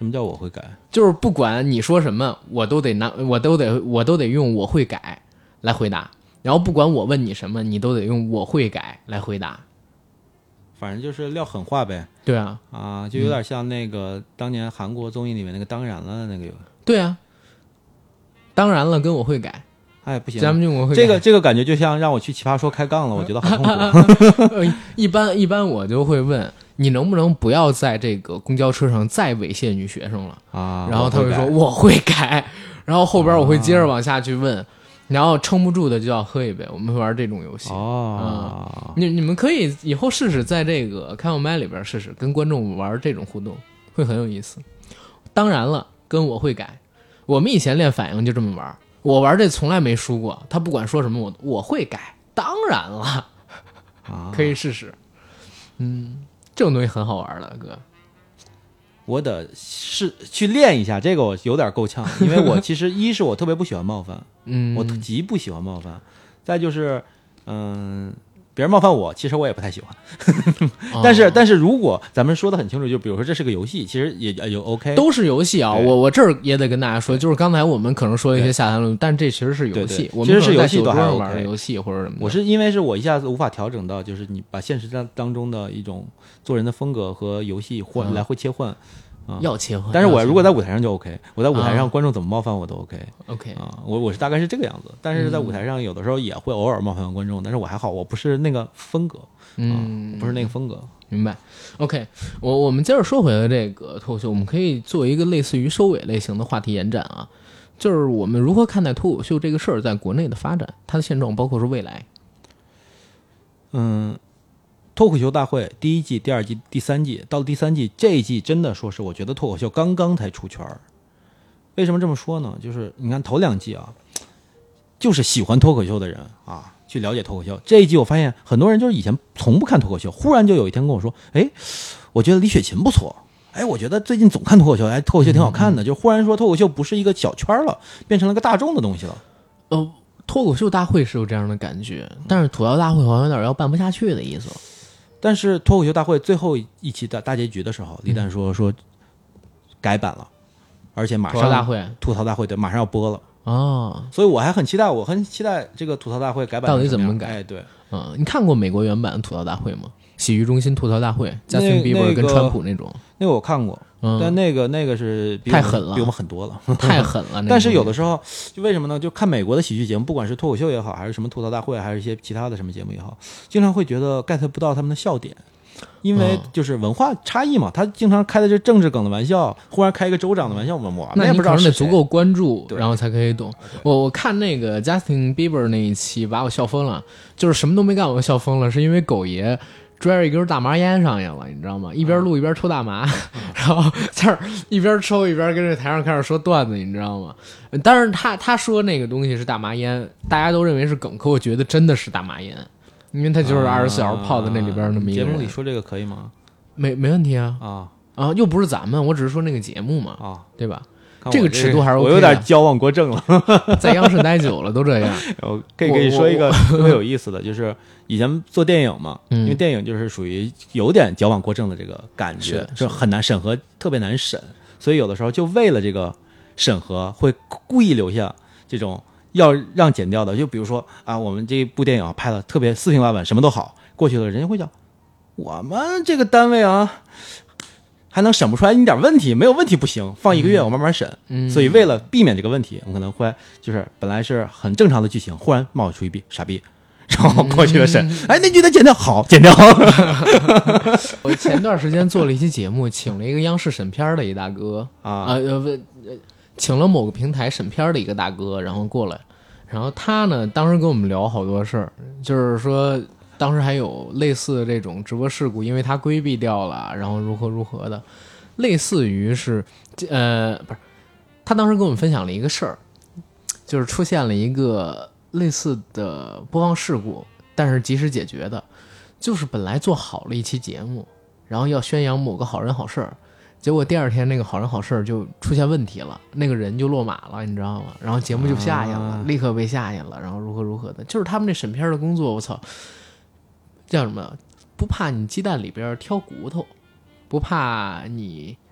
什么叫我会改？ 就是不管你说什么，我都得拿，我都得，我都得用我会改来回答。然后不管我问你什么，你都得用我会改来回答。 反正就是撂狠话呗。 对啊， 啊，就有点像那个、嗯、当年韩国综艺里面那个当然了那个有。 对啊，当然了，跟我会改。 哎，不行， 咱们就我会这个这个感觉就像让我去奇葩说开杠了，我觉得好痛苦。 一般一般我就会问你能不能不要在这个公交车上再猥亵女学生了啊？ 然后他会说我会改，然后后边我会接着往下去问。啊，然后撑不住的就要喝一杯，我们会玩这种游戏哦、 嗯。你你们可以以后试试在这个开放麦里边试试跟观众玩这种互动，会很有意思。当然了，跟我会改，我们以前练反应就这么玩，我玩这从来没输过，他不管说什么我我会改，当然了， 啊、 可以试试。嗯，这种东西很好玩的，哥。 我得是去练一下，这个我有点够呛，因为我其实一是我特别不喜欢冒犯， 嗯， 我极不喜欢冒犯，再就是嗯，别人冒犯我，其实我也不太喜欢。但是、哦、但是如果咱们说的很清楚，就比如说这是个游戏，其实也也 OK， 都是游戏啊。我我这儿也得跟大家说，就是刚才我们可能说了一些下谈论，但这其实是游戏， 对对我们其实是游戏都还 OK， 玩的游戏或者什么。 我是因为是我一下子无法调整到，就是你把现实当当中的一种做人的风格和游戏换、嗯、来回切换。啊、 要切换， 但是我如果在舞台上就 OK， 我在舞台上观众怎么冒犯我都 OK， OK 啊，我我是大概是这个样子，但是在舞台上有的时候也会偶尔冒犯观众，嗯、但是我还好，我不是那个风格，嗯，啊、不是那个风格， 明白 ？OK， 我我们接着说回来这个脱口秀，我们可以做一个类似于收尾类型的话题延展啊，就是我们如何看待脱口秀这个事儿在国内的发展，它的现状，包括是未来。 嗯。脱口秀大会第一季、第二季、第三季，到了第三季，这一季真的说是我觉得脱口秀刚刚才出圈。为什么这么说呢？就是你看头两季啊，就是喜欢脱口秀的人啊去了解脱口秀。这一季我发现很多人就是以前从不看脱口秀，忽然就有一天跟我说：“哎，我觉得李雪琴不错。哎，我觉得最近总看脱口秀，哎，脱口秀挺好看的。”就忽然说脱口秀不是一个小圈了，变成了个大众的东西了。 呃，脱口秀大会是有这样的感觉，但是吐槽大会好像有点要办不下去的意思。 但是脱口秀大会最后一期的大结局的时候，李诞说说改版了，而且马上吐槽大会吐槽大会对马上要播了哦， 所以我还很期待，我很期待这个吐槽大会改版到底怎么改？ 哎，对， 嗯，你看过美国原版的吐槽大会吗？洗浴中心吐槽大会，加斯汀比伯跟川普那种， 那个我看过，嗯、但那个那个是比太狠了， 比我们狠多了， 太狠了。 但是有的时候，就为什么呢？就看美国的喜剧节目，不管是脱口秀也好，还是什么吐槽大会，还是一些其他的什么节目也好，经常会觉得 get 不到他们的笑点。因为就是文化差异嘛，他经常开的是政治梗的玩笑，忽然开一个州长的玩笑，我们那也不知道是谁， 那你可能得足够关注，然后才可以懂。我我看那个 Justin Bieber 那一期，把我笑疯了，就是什么都没干，我笑疯了，是因为狗爷拽着一根大麻烟上去了，你知道吗？一边录一边抽大麻，嗯、然后在这儿一边抽一边跟着台上开始说段子，你知道吗？当然他他说那个东西是大麻烟，大家都认为是梗，可我觉得真的是大麻烟。因为他就是二十四小时泡在那里边那么一个人。 节目里说这个可以吗？ 没没问题啊啊啊！又不是咱们，我只是说那个节目嘛啊， 对吧？ 这这个尺度还是 OK 的。 我有点矫枉过正了， 在央视待久了都这样。 我可以跟你说一个特别有意思的，就是以前做电影嘛， 嗯、 因为电影就是属于有点矫枉过正的这个感觉， 是很难审核，特别难审，所以有的时候就为了这个审核，会故意留下这种。要让剪掉的，就比如说啊，我们这部电影拍的特别四平八稳，什么都好，过去了人家会讲，我们这个单位啊，还能审不出来一点问题，没有问题不行，放一个月我慢慢审。 嗯， 所以为了避免这个问题，我们可能会就是本来是很正常的剧情，忽然冒出一笔傻逼，然后过去了审，嗯、哎，那句得剪掉，好，剪掉。 我前段时间做了一期节目，请了一个央视审片的一大哥啊， 呃呃。请了某个平台审片的一个大哥，然后过来，然后他呢，当时跟我们聊好多事儿，就是说当时还有类似这种直播事故，因为他规避掉了，然后如何如何的，类似于是，呃，不是，他当时跟我们分享了一个事儿，就是出现了一个类似的播放事故，但是及时解决的，就是本来做好了一期节目，然后要宣扬某个好人好事儿。结果第二天那个好人好事就出现问题了，那个人就落马了，你知道吗？然后节目就下去了，啊、立刻被下去了，然后如何如何的，就是他们这审片的工作，我操，叫什么？不怕你鸡蛋里边挑骨头，不怕你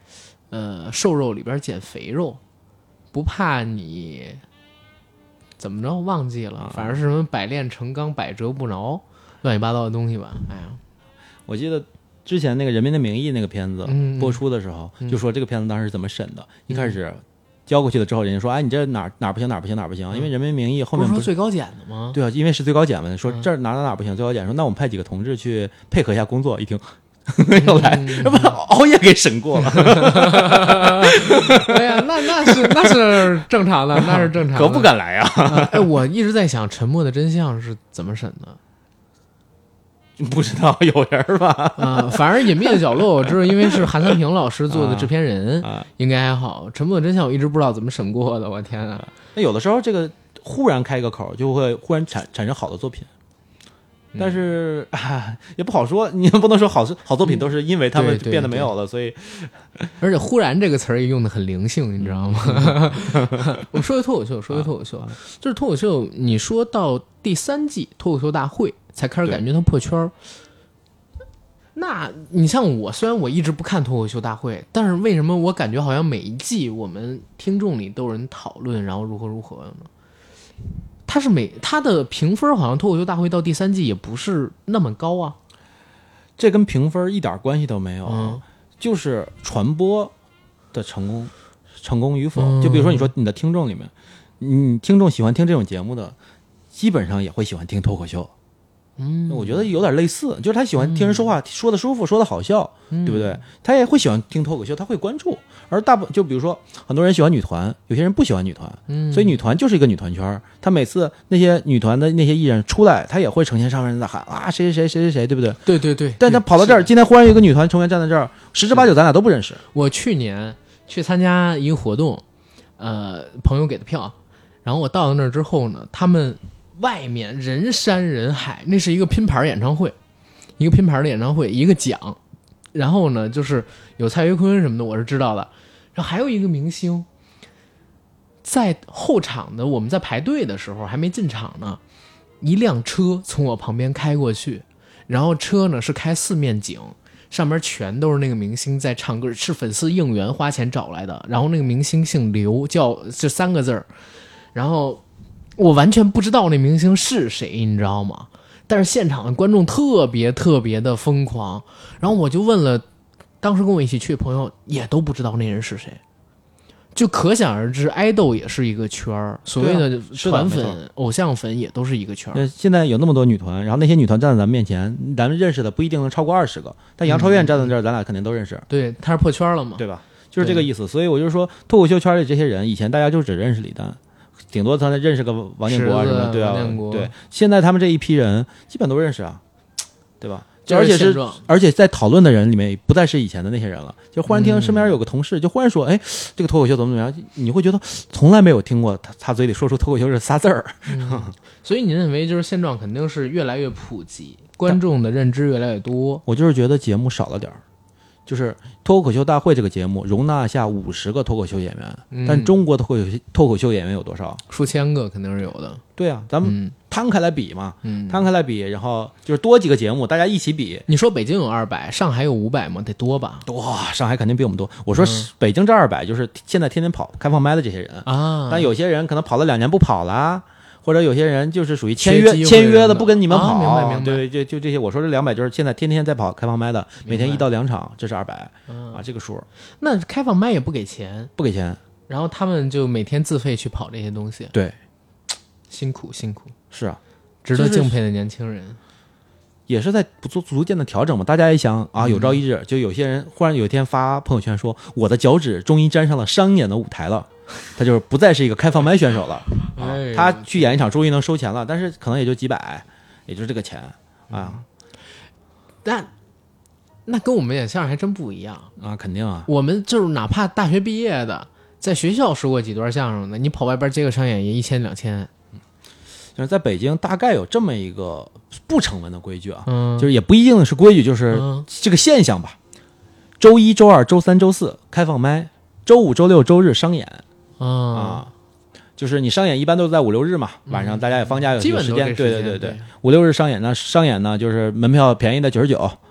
呃瘦肉里边捡肥肉，不怕你怎么着忘记了， 啊、 反正是什么百炼成钢百折不挠乱七八糟的东西吧。哎呀， 我记得之前那个《人民的名义》那个片子播出的时候， 嗯、 就说这个片子当时是怎么审的。嗯、一开始交过去了之后，人家说：“哎，你这哪哪不行，哪不行，哪不行。”因为《人民名义》后面不是说最高检的吗？ 对啊，因为是最高检嘛，说这儿哪哪哪不行，最高检说那我们派几个同志去配合一下工作。一听又来，把、嗯、熬夜给审过了。 哎呀，那那是那是正常的，那是正常的， 可不敢来啊！ 呃、哎，我一直在想，《沉默的真相》是怎么审的？ 不知道，有人吧？ 啊、呃，反正《隐秘的角落》我知道，因为是韩三平老师做的制片人， 啊、 应该还好。《沉默的真相》我一直不知道怎么审过的，我天啊！ 那有的时候这个忽然开个口，就会忽然产产生好的作品。但是、嗯啊、也不好说，你也不能说好好作品都是因为他们变得没有了， 嗯、 所以。 而且“忽然”这个词儿也用得很灵性，你知道吗？我说回脱口秀，说回脱口秀，啊、就是脱口秀。你说到第三季脱口秀大会才开始感觉它破圈。那你像我，虽然我一直不看脱口秀大会，但是为什么我感觉好像每一季我们听众里都有人讨论，然后如何如何呢？他是每他的评分好像脱口秀大会到第三季也不是那么高啊， 这跟评分一点关系都没有， 嗯、 就是传播的成功成功与否。嗯、就比如说你说你的听众里面，你听众喜欢听这种节目的，基本上也会喜欢听脱口秀。 嗯， 我觉得有点类似，就是他喜欢听人说话，嗯、说的舒服，说的好笑， 嗯、 对不对？他也会喜欢听脱口秀，他会关注。而大部就比如说，很多人喜欢女团，有些人不喜欢女团， 嗯， 所以女团就是一个女团圈。他每次那些女团的那些艺人出来，他也会呈现上面人在喊啊谁谁谁谁谁谁，对不对？ 对对对。 但他跑到这儿，今天忽然有一个女团成员站在这儿，十之八九咱俩都不认识。 我去年去参加一个活动，呃，朋友给的票，然后我到了那儿之后呢，他们。外面人山人海，那是一个拼盘演唱会，一个拼盘的演唱会，一个奖，然后呢，就是有蔡徐坤什么的，我是知道的，然后还有一个明星，在后场的，我们在排队的时候还没进场呢，一辆车从我旁边开过去，然后车呢是开四面景，上面全都是那个明星在唱歌，是粉丝应援花钱找来的，然后那个明星姓刘，叫这三个字儿，然后。我完全不知道那明星是谁，你知道吗？但是现场的观众特别特别的疯狂，然后我就问了，当时跟我一起去的朋友也都不知道那人是谁，就可想而知，爱豆也是一个圈儿，所谓的团粉、啊、偶像粉也都是一个圈儿。 现在有那么多女团，然后那些女团站在咱们面前，咱们认识的不一定能超过二十个，但杨超越站在这儿，嗯、咱俩肯定都认识。 对，他是破圈了嘛， 对吧？就是这个意思。所以我就说，脱口秀圈里这些人，以前大家就只认识李诞。顶多他认识个王建国啊什么，对啊，对。现在他们这一批人基本都认识啊，对吧？而且是，而且在讨论的人里面不再是以前的那些人了。就忽然听身边有个同事，嗯、就忽然说：“哎，这个脱口秀怎么怎么样？”你会觉得从来没有听过他他嘴里说出脱口秀这仨字儿。 嗯、所以你认为就是现状肯定是越来越普及，观众的认知越来越多。 我就是觉得节目少了点儿。就是脱口秀大会这个节目容纳下五十个脱口秀演员，嗯、但中国的脱口秀脱口秀演员有多少？ 数千个肯定是有的。 对啊，咱们摊开来比嘛， 嗯、 摊开来比，然后就是多几个节目，大家一起比。 你说北京有二百，上海有五百吗？得多吧？ 多，上海肯定比我们多。我说北京这二百，就是现在天天跑开放麦的这些人啊， 但有些人可能跑了两年不跑啦。或者有些人就是属于签约签约的，不跟你们跑， 啊、明白明白。 对，就就这些。我说这两百就是现在天天在跑开放麦的，每天一到两场，这是二百、 嗯、 啊，这个数。 那开放麦也不给钱， 不给钱， 然后他们就每天自费去跑这些东西。 对， 辛苦辛苦， 是啊， 值得敬佩的年轻人。 也是在逐逐渐的调整嘛。大家也想啊，有朝一日、嗯、就有些人忽然有一天发朋友圈说，我的脚趾终于沾上了商演的舞台了。他就是不再是一个开放麦选手了、啊、他去演一场终于能收钱了，但是可能也就几百，也就是这个钱啊。 但那跟我们演相声还真不一样啊，肯定啊。 我们就是哪怕大学毕业的，在学校说过几段相声的，你跑外边接个商演也一千两千。 就是在北京大概有这么一个不成文的规矩啊， 嗯、 就是也不一定是规矩，就是这个现象吧。周一周二周三周四开放麦，周五周六周日商演。 啊、 啊，就是你商演一般都是在五六日嘛，晚上大家也放假有时间，对对对对，五六日商演呢，商演呢就是门票便宜的九十九，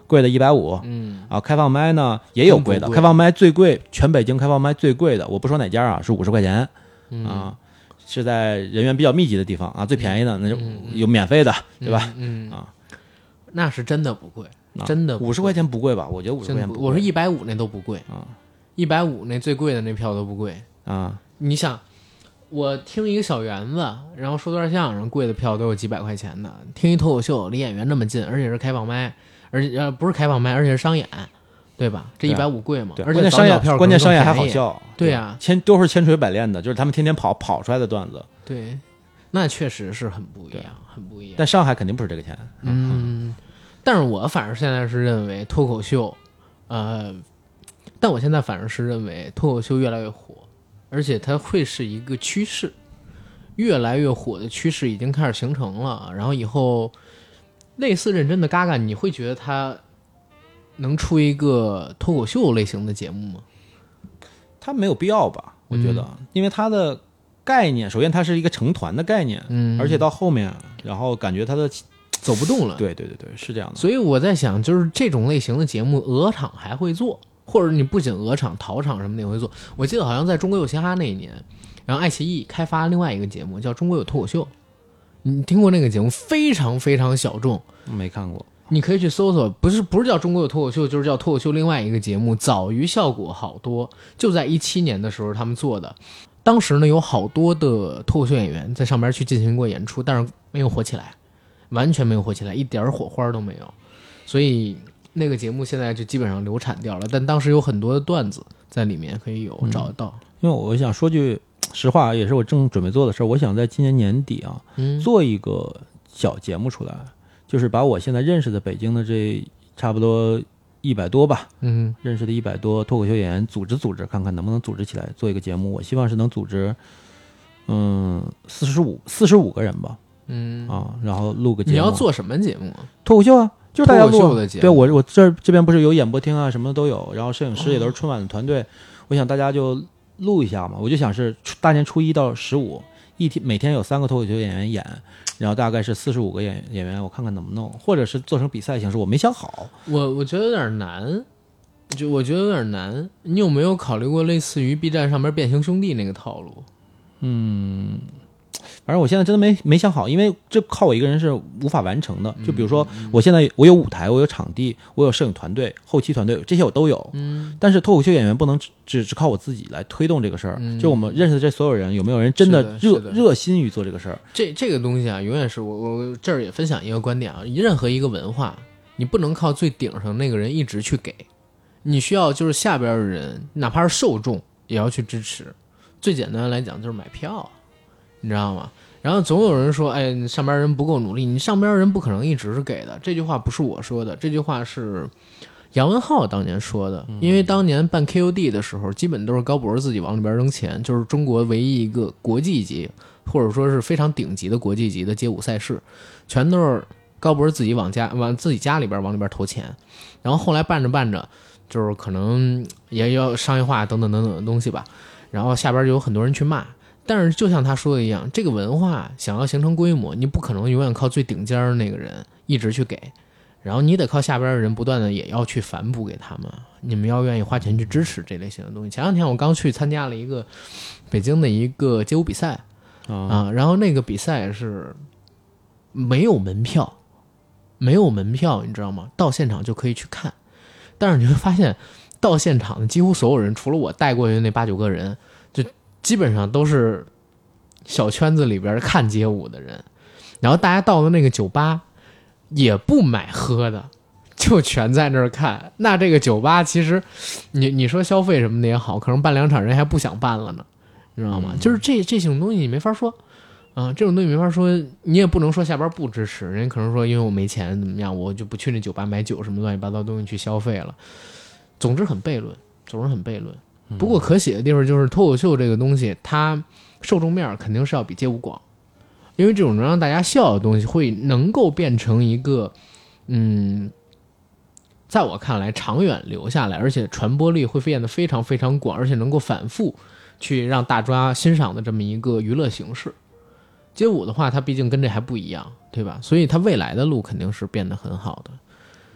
贵的一百五， 嗯啊，开放麦呢也有贵的， 贵开放麦最贵，全北京开放麦最贵的，我不说哪家啊，是五十块钱， 嗯、 啊，是在人员比较密集的地方啊，最便宜的那就有免费的， 嗯、 对吧？ 嗯， 啊， 那是真的不贵，真的五十块钱不贵吧？我觉得五十块钱不贵， 我说一百五那都不贵啊， 一百五那最贵的那票都不贵啊， 你想。我听一个小园子，然后说段相声，贵的票都有几百块钱的。听一脱口秀，离演员那么近，而且是开放麦，而且呃不是开放麦，而且是商演，对吧？这一百五贵嘛？ 对， 而且商演票关键商演还好笑， 对呀、啊， 千都是千锤百炼的，就是他们天天跑跑出来的段子。 对，那确实是很不一样，很不一样。 但上海肯定不是这个钱。 嗯，但是我反正现在是认为脱口秀，呃，但我现在反正是认为脱口秀越来越火。而且它会是一个趋势，越来越火的趋势已经开始形成了。然后以后类似认真的嘎嘎，你会觉得它能出一个脱口秀类型的节目吗？ 它没有必要吧，我觉得，嗯、因为它的概念，首先它是一个成团的概念， 嗯， 而且到后面，然后感觉它的走不动了。 对对对对，是这样的。 所以我在想，就是这种类型的节目，鹅厂还会做。或者你不仅鹅厂、陶厂什么的也会做，我记得好像在中国有嘻哈那一年，然后爱奇艺开发另外一个节目叫《中国有脱口秀》，你听过那个节目？非常非常小众， 没看过， 你可以去搜搜，不是不是叫《中国有脱口秀》，就是叫脱口秀另外一个节目，早于效果好多，就在一七年的时候他们做的，当时呢有好多的脱口秀演员在上边去进行过演出，但是没有火起来，完全没有火起来，一点火花都没有，所以。那个节目现在就基本上流产掉了，但当时有很多的段子在里面可以有、嗯、找得到。 因为我想说句实话，也是我正准备做的事儿，我想在今年年底啊、 嗯， 做一个小节目出来，就是把我现在认识的北京的这差不多一百多吧， 嗯， 认识的一百多脱口秀演员组织组织，看看能不能组织起来做一个节目。我希望是能组织，嗯，四十五四十五个人吧， 嗯啊，然后录个节目。 你要做什么节目啊？ 脱口秀啊。就是大家录的节目， 对我我这这边不是有演播厅啊，什么都有，然后摄影师也都是春晚的团队，哦、我想大家就录一下嘛，我就想是大年初一到十五，一天每天有三个脱口秀演员演，然后大概是四十五个演演员，我看看能不能，或者是做成比赛形式，我没想好。 我我觉得有点难，就我觉得有点难。你有没有考虑过类似于 B 站上面变形兄弟那个套路？ 嗯。反正我现在真的没没想好，因为这靠我一个人是无法完成的。就比如说，我现在我有舞台，我有场地，我有摄影团队、后期团队，这些我都有。 嗯， 但是脱口秀演员不能只只靠我自己来推动这个事儿。 嗯、 就我们认识的这所有人，有没有人真的热热心于做这个事儿？ 这这个东西啊，永远是我我这儿也分享一个观点啊，任何一个文化，你不能靠最顶上那个人一直去给，你需要就是下边的人，哪怕是受众也要去支持。最简单来讲就是买票。你知道吗？然后总有人说，哎，上边人不够努力，你上边人不可能一直是给的。这句话不是我说的，这句话是杨文浩当年说的。因为当年办 K O D 的时候，基本都是高博自己往里边扔钱，就是中国唯一一个国际级或者说是非常顶级的国际级的街舞赛事，全都是高博自己往家往自己家里边往里边投钱。然后后来办着办着，就是可能也要商业化等等等等的东西吧，然后下边就有很多人去骂。但是就像他说的一样，这个文化想要形成规模，你不可能永远靠最顶尖的那个人一直去给，然后你得靠下边的人不断的也要去反哺给他们，你们要愿意花钱去支持这类型的东西。前两天我刚去参加了一个北京的一个街舞比赛、 哦、 啊，然后那个比赛是没有门票，没有门票，你知道吗？到现场就可以去看，但是你会发现到现场的几乎所有人，除了我带过去的那八九个人，就基本上都是小圈子里边看街舞的人，然后大家到了那个酒吧也不买喝的，就全在那儿看。那这个酒吧其实你你说消费什么的也好，可能办两场人还不想办了呢，你知道吗？嗯、就是这这种东西你没法说啊，这种东西没法说，你也不能说下边不支持，人家可能说因为我没钱怎么样，我就不去那酒吧买酒什么乱七八糟东西去消费了。总之很悖论，总之很悖论。不过可喜的地方就是脱口秀这个东西，它受众面肯定是要比街舞广，因为这种能让大家笑的东西会能够变成一个，嗯，在我看来长远留下来，而且传播力会变得非常非常广，而且能够反复去让大家欣赏的这么一个娱乐形式。街舞的话，它毕竟跟这还不一样，对吧？所以它未来的路肯定是变得很好的。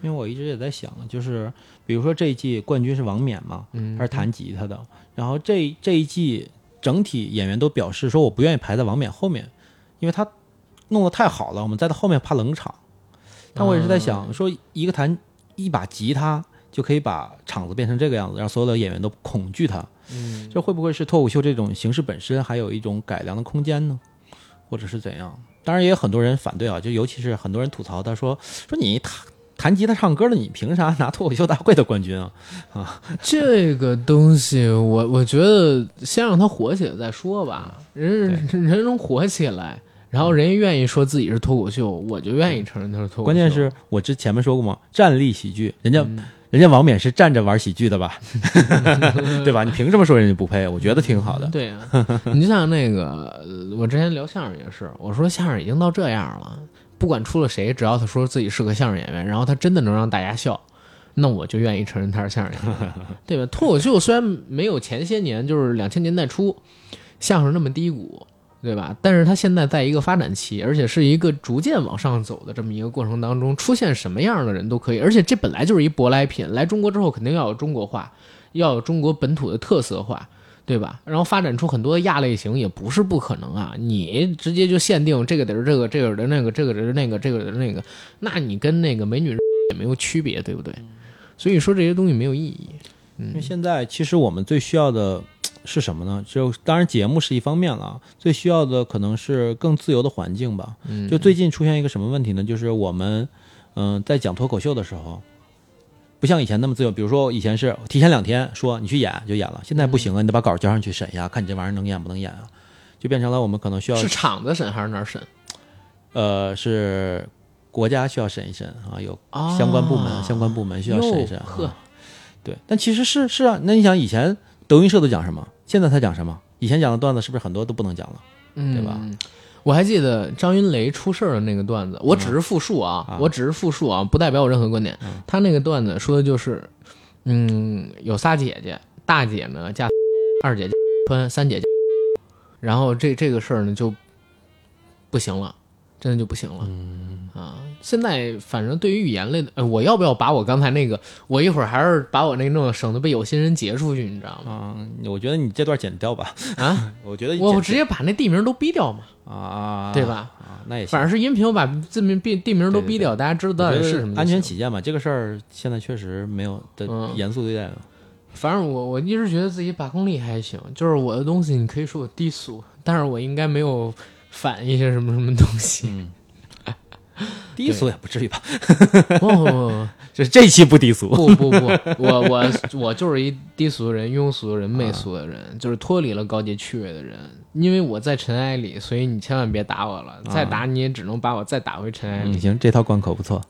因为我一直也在想，就是比如说这一季冠军是王冕嘛， 嗯， 他是弹吉他的，然后这这一季整体演员都表示说我不愿意排在王冕后面，因为他弄得太好了，我们在他后面怕冷场。但我也是在想， 嗯、 说一个弹一把吉他就可以把场子变成这个样子，让所有的演员都恐惧他。 嗯， 这会不会是脱口秀这种形式本身还有一种改良的空间呢？或者是怎样？当然也有很多人反对啊，就尤其是很多人吐槽他说说你弹弹吉他唱歌的，你凭啥拿脱口秀大会的冠军啊？啊， 这个东西我我觉得先让他火起来再说吧。人人能火起来，然后人家愿意说自己是脱口秀，我就愿意承认他是脱口秀。 关键是我之前面说过嘛，站立喜剧，人家、嗯、人家王冕是站着玩喜剧的吧，对吧？你凭什么说人家不配？我觉得挺好的。 对啊，你就像那个，我之前聊相声也是，我说相声已经到这样了，不管出了谁，只要他说自己是个相声演员，然后他真的能让大家笑，那我就愿意承认他是相声演员，对吧？脱口秀虽然没有前些年就是两千年代初相声那么低谷，对吧？但是它现在在一个发展期，而且是一个逐渐往上走的这么一个过程当中，出现什么样的人都可以，而且这本来就是一舶来品，来中国之后肯定要有中国化，要有中国本土的特色化，对吧？然后发展出很多的亚类型也不是不可能啊。你直接就限定这个得是这个，这个得是那个，这个得是那个，这个得是那个，那你跟那个美女也没有区别，对不对？所以说这些东西没有意义。嗯， 因为现在其实我们最需要的是什么呢？就当然节目是一方面了，最需要的可能是更自由的环境吧。 嗯， 就最近出现一个什么问题呢？就是我们嗯、呃、在讲脱口秀的时候，不像以前那么自由。比如说以前是提前两天说你去演就演了，现在不行了，你得把稿交上去审一下，看你这玩意儿能演不能演啊。就变成了我们可能需要是场子审还是哪儿审？ 呃，是国家需要审一审啊，有相关部门、啊、相关部门需要审一审。 呵、啊， 对，但其实是是啊，那你想以前德云社都讲什么？现在他讲什么？以前讲的段子是不是很多都不能讲了？ 嗯， 对吧？ 我还记得张云雷出事的那个段子，我只是复述啊， 嗯、 我只是复述啊，不代表我任何观点。 嗯、 他那个段子说的就是，嗯，有仨姐姐，大姐呢嫁，二姐穿，三姐嫁，然后这这个事儿呢就不行了。真的就不行了， 嗯啊！现在反正对于语言类的，呃，我要不要把我刚才那个，我一会儿还是把我那个弄，省得被有心人截出去，你知道吗？ 嗯，我觉得你这段剪掉吧。 啊， 我觉得我直接把那地名都逼掉嘛， 啊， 对吧？ 啊，那也行。 反正是音频，我把字名、地名都逼掉， 对对对， 大家知道到底是什么。 安全起见嘛，这个事儿现在确实没有的严肃对待了。 嗯、反正我我一直觉得自己把控力还行，就是我的东西你可以说我低俗，但是我应该没有反一些什么什么东西。 嗯。低俗也不至于吧？ 不不不， 这这期不低俗。 不不不，我我我就是一低俗的人、庸俗的人、媚俗的人，啊、就是脱离了高级趣味的人。因为我在尘埃里，所以你千万别打我了。再打你也只能把我再打回尘埃里。 嗯、行，这套贯口不错。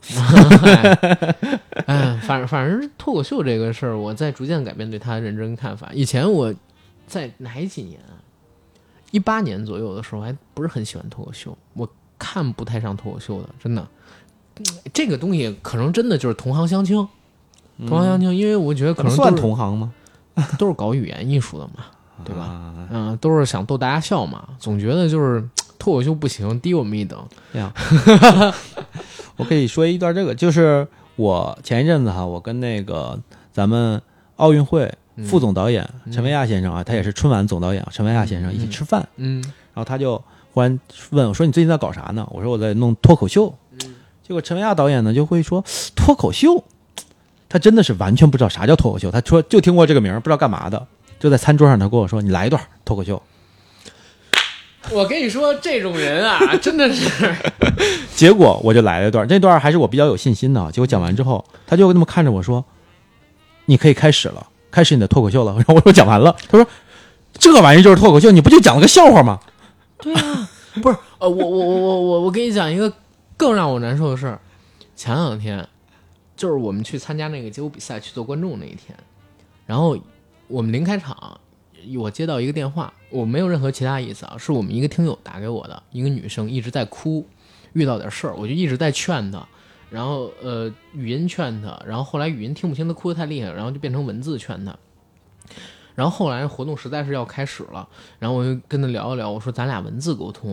哎，反正反正脱口秀这个事儿，我在逐渐改变对他的认真看法。以前我在哪几年啊？一八年左右的时候，还不是很喜欢脱口秀。我。看不太上脱口秀的，真的，这个东西可能真的就是同行相轻，同行相轻，因为我觉得可能算同行吗？ 都是搞语言艺术的嘛，对吧？嗯、呃，都是想逗大家笑嘛，总觉得就是脱口秀不行，低我们一等。 这样，我可以说一段这个，就是我前一阵子哈，我跟那个咱们奥运会副总导演、嗯、陈维亚先生啊，他也是春晚总导演陈维亚先生一起吃饭， 嗯， 然后他就。忽然问我说：“你最近在搞啥呢？”我说：“我在弄脱口秀。” 嗯， 结果陈维亚导演呢就会说：“脱口秀，他真的是完全不知道啥叫脱口秀。他说就听过这个名，不知道干嘛的。就在餐桌上，他跟我说：‘你来一段脱口秀。’ 我跟你说，这种人啊，真的是。 结果我就来了一段，这段还是我比较有信心的。结果讲完之后，他就那么看着我说：‘你可以开始了，开始你的脱口秀了。’然后我说：‘讲完了。’他说：‘这玩意就是脱口秀，你不就讲了个笑话吗？’ 对啊，不是，呃，我我我我我我跟你讲一个更让我难受的事儿。前两天，就是我们去参加那个街舞比赛去做观众那一天，然后我们临开场，我接到一个电话，我没有任何其他意思啊，是我们一个听友打给我的，一个女生一直在哭，遇到点事儿，我就一直在劝她，然后呃语音劝她，然后后来语音听不清，她哭得太厉害，然后就变成文字劝她。然后后来活动实在是要开始了，然后我就跟他聊一聊，我说咱俩文字沟通，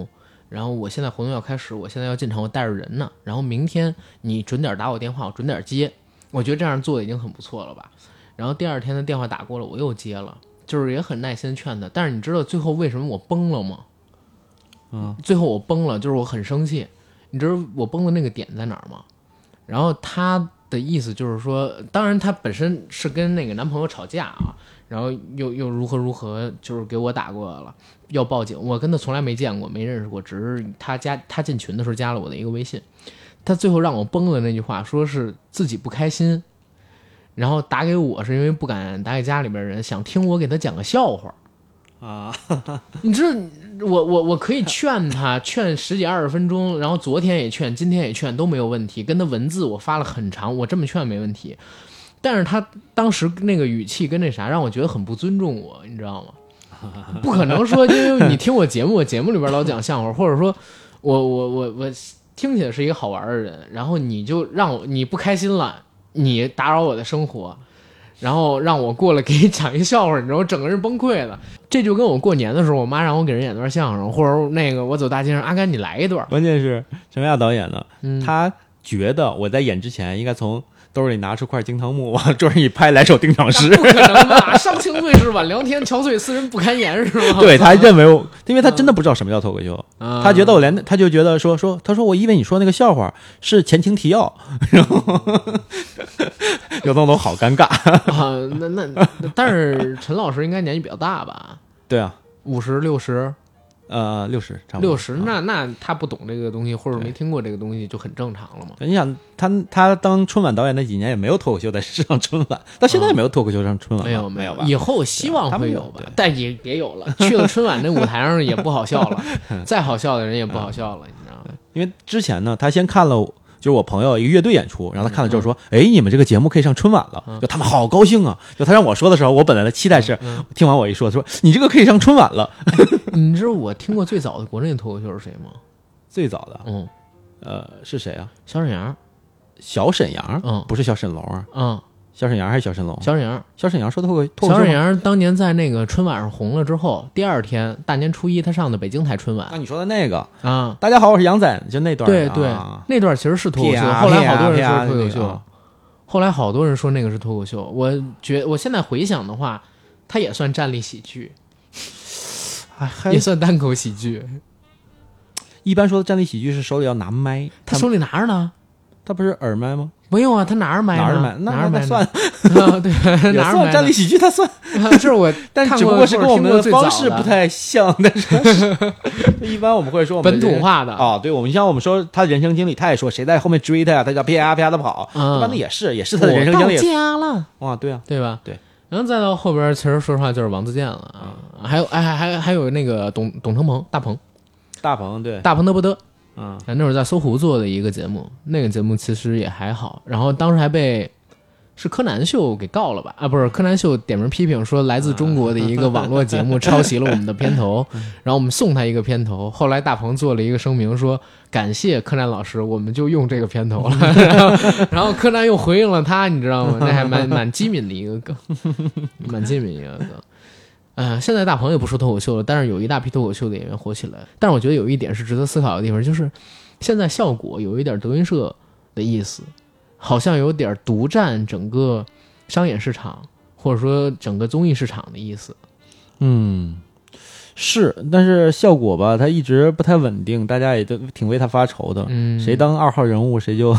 然后我现在活动要开始，我现在要进场，我带着人呢，然后明天你准点打我电话，我准点接，我觉得这样做的已经很不错了吧。然后第二天的电话打过了，我又接了，就是也很耐心劝他，但是你知道最后为什么我崩了吗？ 嗯， 最后我崩了，就是我很生气，你知道我崩的那个点在哪儿吗？然后他的意思就是说，当然他本身是跟那个男朋友吵架啊，然后又又如何如何，就是给我打过来了，要报警。我跟他从来没见过，没认识过，只是他加他进群的时候加了我的一个微信。他最后让我崩的那句话，说是自己不开心，然后打给我是因为不敢打给家里边人，想听我给他讲个笑话啊。 你知道，我我我可以劝他劝十几二十分钟，然后昨天也劝，今天也劝，都没有问题。跟他文字我发了很长，我这么劝没问题。但是他当时那个语气跟那啥，让我觉得很不尊重我，你知道吗？不可能说因为你听我节目，我节目里边老讲笑话，或者说我我我我听起来是一个好玩的人，然后你就让我你不开心了，你打扰我的生活，然后让我过来给你讲一笑话，你知道我整个人崩溃了。这就跟我过年的时候，我妈让我给人演段相声，或者那个我走大街上，阿甘你来一段。 关键是陈亚导演呢， 嗯、 他觉得我在演之前应该从兜里拿出块金堂木往桌上一拍，来首定场诗。 不可能吧？伤情最是晚聊天，憔悴斯人不堪言，是吗？ 对，他认为我，因为他真的不知道什么叫脱口秀，嗯、他觉得我连他就觉得说说，他说我以为你说那个笑话是前情提要，然后刘东东好尴尬啊。那那但是陈老师应该年纪比较大吧？ 对啊， 五十六十。 呃，六十，差不多六十，那那他不懂这个东西，或者没听过这个东西，就很正常了嘛。 你想，他他当春晚导演那几年也没有脱口秀在上春晚，到现在也没有脱口秀上春晚、 嗯，没有没有吧？ 以后希望会有吧，但也别有了。去了春晚那舞台上也不好笑了，再好笑的人也不好笑了，你知道吗？ 因为之前呢，他先看了。就是我朋友一个乐队演出，然后他看了之后说：“哎、嗯，你们这个节目可以上春晚了。嗯”就他们好高兴啊！就他让我说的时候，我本来的期待是，嗯、听完我一说，说你这个可以上春晚了。 你知道我听过最早的国内脱口秀是谁吗？ 最早的， 嗯， 呃，是谁啊？ 小沈阳。 小沈阳， 嗯， 不是小沈龙啊， 嗯， 小沈阳还是小沈龙？ 小沈阳， 小沈阳说脱口脱口秀。 小沈阳当年在那个春晚上红了之后，第二天大年初一他上的北京台春晚。 那你说的那个啊， 大家好，我是杨仔，就那段。 对对， 啊、 那段其实是脱口秀， 啊、 后来好多人说脱口秀， 啊、 后来好多人说那个是脱口秀。我觉我现在回想的话，他也算站立喜剧，也算单口喜剧。 一般说的站立喜剧是手里要拿麦， 他手里拿着呢。 他不是耳麦吗？ 没有啊，他拿着麦， 拿着麦， 拿着麦算， 啊、对，拿着麦站立喜剧，他算， 这是我， 但只不过是跟我们的方式不太像，但是一般我们会说我们本土化的啊、哦，对，我们像我们说他人生经历，他也说谁在后面追他呀，他叫啪啪的跑， 嗯， 一般的也是，也是他的人生经历。 到家了， 哇，对啊， 对吧？ 对， 然后再到后边，其实说实话就是王自健了啊，嗯、还有哎还还还有那个董董成鹏，大鹏， 大鹏对， 大鹏的不得。 嗯， 那会儿在搜狐做的一个节目，那个节目其实也还好，然后当时还被是柯南秀给告了吧？啊，不是，柯南秀点名批评说来自中国的一个网络节目抄袭了我们的片头，然后我们送他一个片头，后来大鹏做了一个声明说感谢柯南老师，我们就用这个片头了，然后然后柯南又回应了他，你知道吗？那还蛮蛮机敏的一个梗，蛮机敏一个梗。呃，现在大鹏也不说脱口秀了，但是有一大批脱口秀的演员火起来。但是我觉得有一点是值得思考的地方，就是现在效果有一点德云社的意思，好像有点独占整个商演市场，或者说整个综艺市场的意思。 嗯，是，但是效果吧，它一直不太稳定，大家也都挺为他发愁的。 嗯， 谁当二号人物谁就，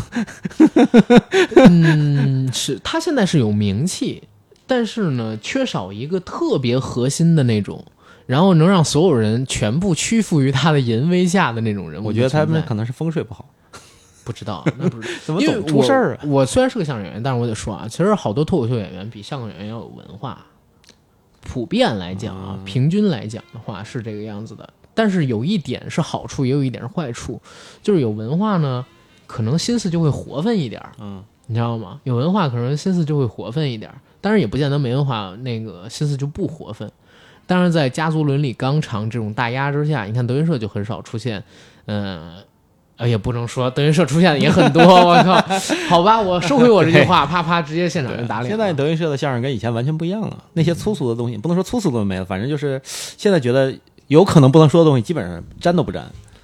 嗯，是他现在是有名气。但是呢，缺少一个特别核心的那种，然后能让所有人全部屈服于他的淫威下的那种人。 我觉得他们可能是风水不好， 不知道，那不是怎么总出事儿啊？ 我, 我虽然是个相声演员，但是我得说啊，其实好多脱口秀演员比相声演员要有文化。普遍来讲啊， 嗯、 平均来讲的话是这个样子的。但是有一点是好处，也有一点是坏处，就是有文化呢，可能心思就会活泛一点。 嗯， 你知道吗？有文化可能心思就会活泛一点。当然也不见得没文化那个心思就不活泛，当然在家族伦理纲常这种大压之下，你看德云社就很少出现，嗯、呃，也不能说德云社出现的也很多，我靠，好吧，我收回我这句话，啪啪直接现场就打脸。 现在德云社的相声跟以前完全不一样了，那些粗俗的东西不能说粗俗都没了，反正就是现在觉得有可能不能说的东西基本上沾都不沾。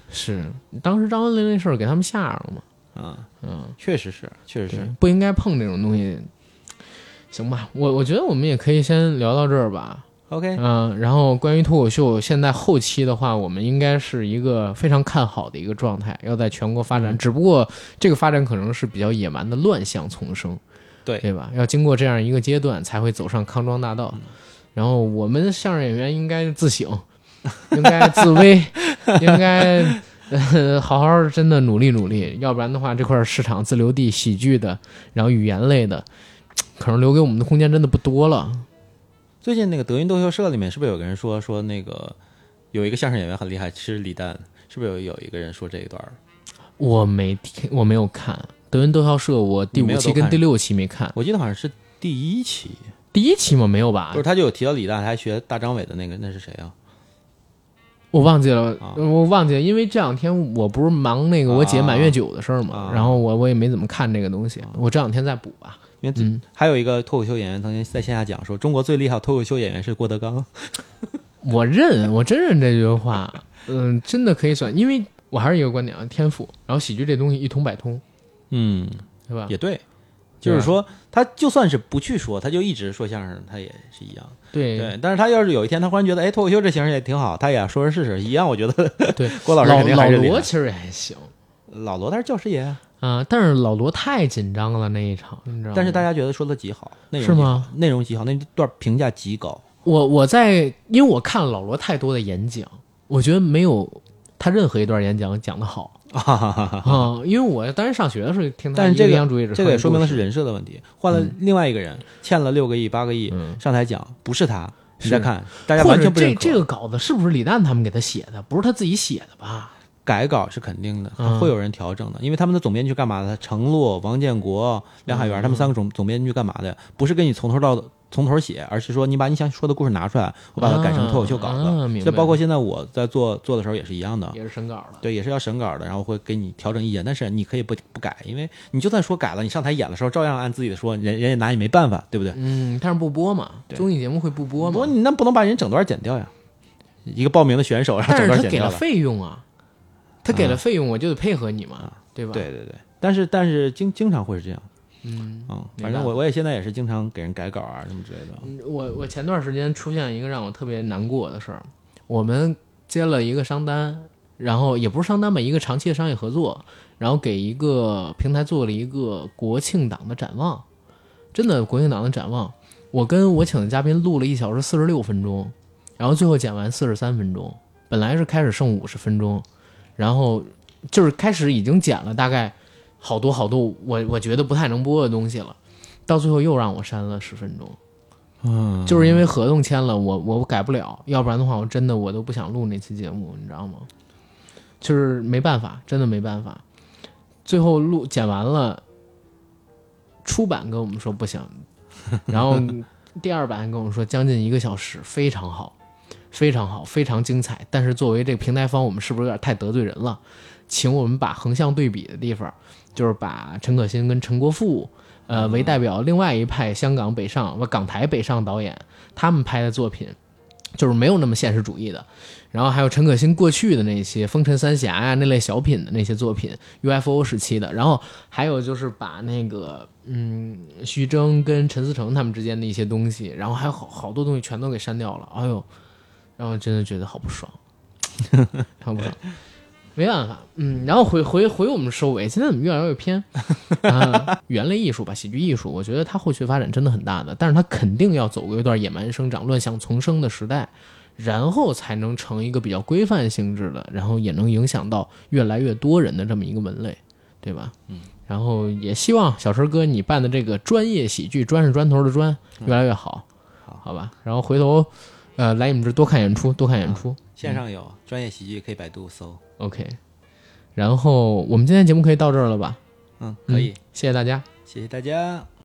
是当时张文麟那事儿给他们吓着了嘛。 嗯嗯， 确实是，确实是不应该碰这种东西。行吧，我我觉得我们也可以先聊到这儿吧。 OK， 嗯，然后关于脱口秀，现在后期的话，我们应该是一个非常看好的一个状态，要在全国发展。嗯、只不过这个发展可能是比较野蛮的乱象丛生， 对对吧？要经过这样一个阶段，才会走上康庄大道。嗯、然后我们相声演员应该自省，应该自危，应该呃好好真的努力努力，要不然的话，这块市场自留地喜剧的，然后语言类的，可能留给我们的空间真的不多了。 最近那个德云逗笑社里面是不是有个人说说那个有一个相声演员很厉害吃李诞，是不是有有一个人说这一段？ 我没听，我没有看德云逗笑社，我第五期跟第六期没看， 我记得好像是第一期， 第一期吗？没有吧？ 不是，他就有提到李诞，还学大张伟的那个，那是谁啊？ 我忘记了，啊、我忘记了，因为这两天我不是忙那个我姐满月酒的事儿嘛，啊、然后我我也没怎么看这个东西，啊、我这两天再补吧。 因为、嗯、还有一个脱口秀演员曾经在线下讲说，中国最厉害的脱口秀演员是郭德纲。 我认，我真认这句话，嗯，真的可以算，因为我还是一个观点啊，天赋，然后喜剧这东西一通百通， 嗯， 对吧？ 也对，就是说他就算是不去说，他就一直说相声，他也是一样。 对对，但是他要是有一天他忽然觉得，哎，脱口秀这形式也挺好，他也说着试试，一样，我觉得对， 郭老师肯定还是厉害。 老罗其实也还行， 老罗他是教师爷啊。 啊、呃！但是老罗太紧张了那一场，你知道吗？ 但是大家觉得说的极好，内容是吗？ 内容极好，那段评价极高。 我我在，因为我看了老罗太多的演讲，我觉得没有他任何一段演讲讲得好啊、嗯！因为我当时上学的时候听他， 但是这个主义者这个也说明了是人设的问题。换了另外一个人，嗯、欠了六个亿、八个亿、嗯、上台讲，不是他，你再看，大家完全不认可。 这这个稿子是不是李诞他们给他写的？不是他自己写的吧？ 改稿是肯定的，会有人调整的，嗯、因为他们的总编剧干嘛的？程洛、王建国、梁海源，他们三个总总编剧干嘛的？不是给你从头到从头写，而是说你把你想说的故事拿出来，我把它改成脱口秀稿子。 啊啊、 这包括现在我在做做的时候也是一样的， 也是审稿的， 对，也是要审稿的，然后会给你调整意见，但是你可以不不改，因为你就算说改了，你上台演的时候照样按自己的说，人人也拿你没办法，对不对？ 嗯，但是不播嘛，综艺节目会不播嘛？ 不过你那不能把人整段剪掉呀，一个报名的选手，然后整段剪掉了。 但是他给了费用啊。他给了费用，我就得配合你嘛， 嗯、 对吧？ 对对对，但是但是经经常会是这样， 嗯嗯，反正我我也现在也是经常给人改稿啊什么之类的。 嗯、我我前段时间出现一个让我特别难过的事儿，我们接了一个商单，然后也不是商单吧，一个长期的商业合作，然后给一个平台做了一个国庆档的展望，真的国庆档的展望，我跟我请的嘉宾录了一小时四十六分钟，然后最后剪完四十三分钟，本来是开始剩五十分钟。然后就是开始已经剪了大概好多好多我我觉得不太能播的东西了，到最后又让我删了十分钟， 嗯， 就是因为合同签了，我我改不了，要不然的话我真的我都不想录那期节目，你知道吗？就是没办法，真的没办法。最后录剪完了，出版跟我们说不行，然后第二版跟我们说将近一个小时，非常好。非常好，非常精彩，但是作为这个平台方，我们是不是有点太得罪人了？请我们把横向对比的地方，就是把陈可辛跟陈国富，呃，为代表另外一派香港北上、港台北上导演他们拍的作品，就是没有那么现实主义的。然后还有陈可辛过去的那些《风尘三侠》呀那类小品的那些作品 ，U F O 时期的。然后还有就是把那个嗯徐峥跟陈思诚他们之间的一些东西，然后还有好好多东西全都给删掉了。哎呦！然后真的觉得好不爽，好不爽，没办法，嗯，然后回回回我们收尾，现在怎么越来越偏？啊，语言类艺术吧，喜剧艺术，我觉得它后续发展真的很大的，但是它肯定要走过一段野蛮生长、乱象丛生的时代，然后才能成一个比较规范性质的，然后也能影响到越来越多人的这么一个门类，对吧？ 嗯， 然后也希望小陈哥你办的这个专业喜剧，砖是砖头的砖，越来越好， 好、嗯， 好吧？然后回头。呃，来你们这多看演出，多看演出。 啊、线上有、嗯、专业喜剧，可以百度搜。 OK， 然后我们今天节目可以到这儿了吧？ 嗯，可以、 嗯，谢谢大家， 谢谢大家。